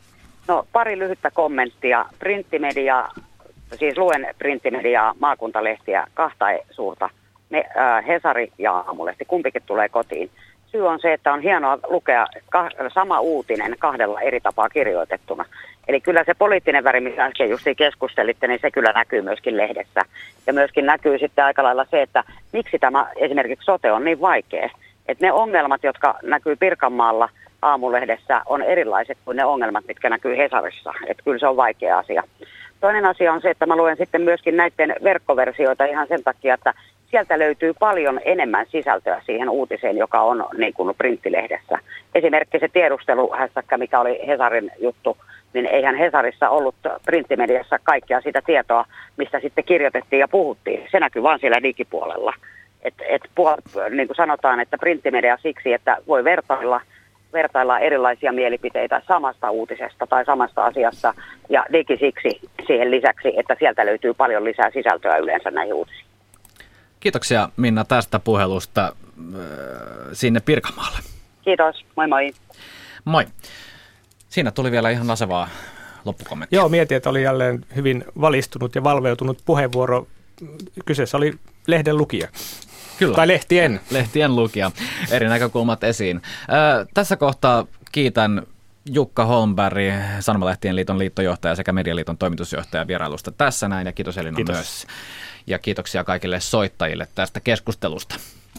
No pari lyhyttä kommenttia. Printtimedia, siis luen printtimediaa, maakuntalehtiä, kahta suurta. Ne, äh, Hesari ja Aamulehti, kumpikin tulee kotiin. Syy on se, että on hienoa lukea ka- sama uutinen kahdella eri tapaa kirjoitettuna. Eli kyllä se poliittinen väri, mitä äsken justiin keskustelitte, niin se kyllä näkyy myöskin lehdessä. Ja myöskin näkyy sitten aika lailla se, että miksi tämä esimerkiksi sote on niin vaikea. Että ne ongelmat, jotka näkyy Pirkanmaalla Aamulehdessä, on erilaiset kuin ne ongelmat, mitkä näkyy Hesarissa. Että kyllä se on vaikea asia. Toinen asia on se, että mä luen sitten myöskin näiden verkkoversioita ihan sen takia, että sieltä löytyy paljon enemmän sisältöä siihen uutiseen, joka on niin kuin printtilehdessä. Esimerkiksi se tiedusteluhässäkkä, mikä oli Hesarin juttu, niin eihän Hesarissa ollut printtimediassa kaikkea sitä tietoa, mistä sitten kirjoitettiin ja puhuttiin. Se näkyy vaan siellä digipuolella. Et, et, niin kuin sanotaan, että printtimedia siksi, että voi vertailla, vertailla erilaisia mielipiteitä samasta uutisesta tai samasta asiasta, ja digi siksi siihen lisäksi, että sieltä löytyy paljon lisää sisältöä yleensä näihin uutisiin. Kiitoksia Minna tästä puhelusta sinne Pirkanmaalle. Kiitos, moi moi. Moi. Siinä tuli vielä ihan nasevaa loppukommenttia. Joo, mietin, että oli jälleen hyvin valistunut ja valveutunut puheenvuoro. Kyseessä oli lehden lukija. Kyllä. Tai lehtien. Lehtien lukija. Eri näkökulmat esiin. Äh, tässä kohtaa kiitän Jukka Holmberg, Sanomalehtien liiton liittojohtaja sekä Medialiiton toimitusjohtaja vierailusta tässä näin. Ja kiitos Elina kiitos. Myös. Ja kiitoksia kaikille soittajille tästä keskustelusta.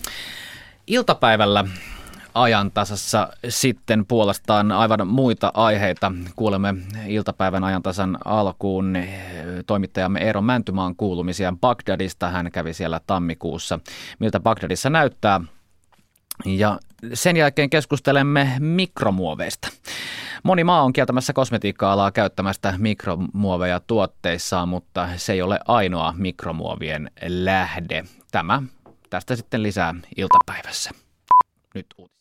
Iltapäivällä ajantasassa sitten puolestaan aivan muita aiheita. Kuulemme iltapäivän ajantasan alkuun toimittajamme Eero Mäntymaan kuulumisia Bagdadista. Hän kävi siellä tammikuussa. Miltä Bagdadissa näyttää? Ja sen jälkeen keskustelemme mikromuoveista. Moni maa on kieltämässä kosmetiikka-alaa käyttämästä mikromuoveja tuotteissaan, mutta se ei ole ainoa mikromuovien lähde. Tämä tästä sitten lisää iltapäivässä. Nyt uutis.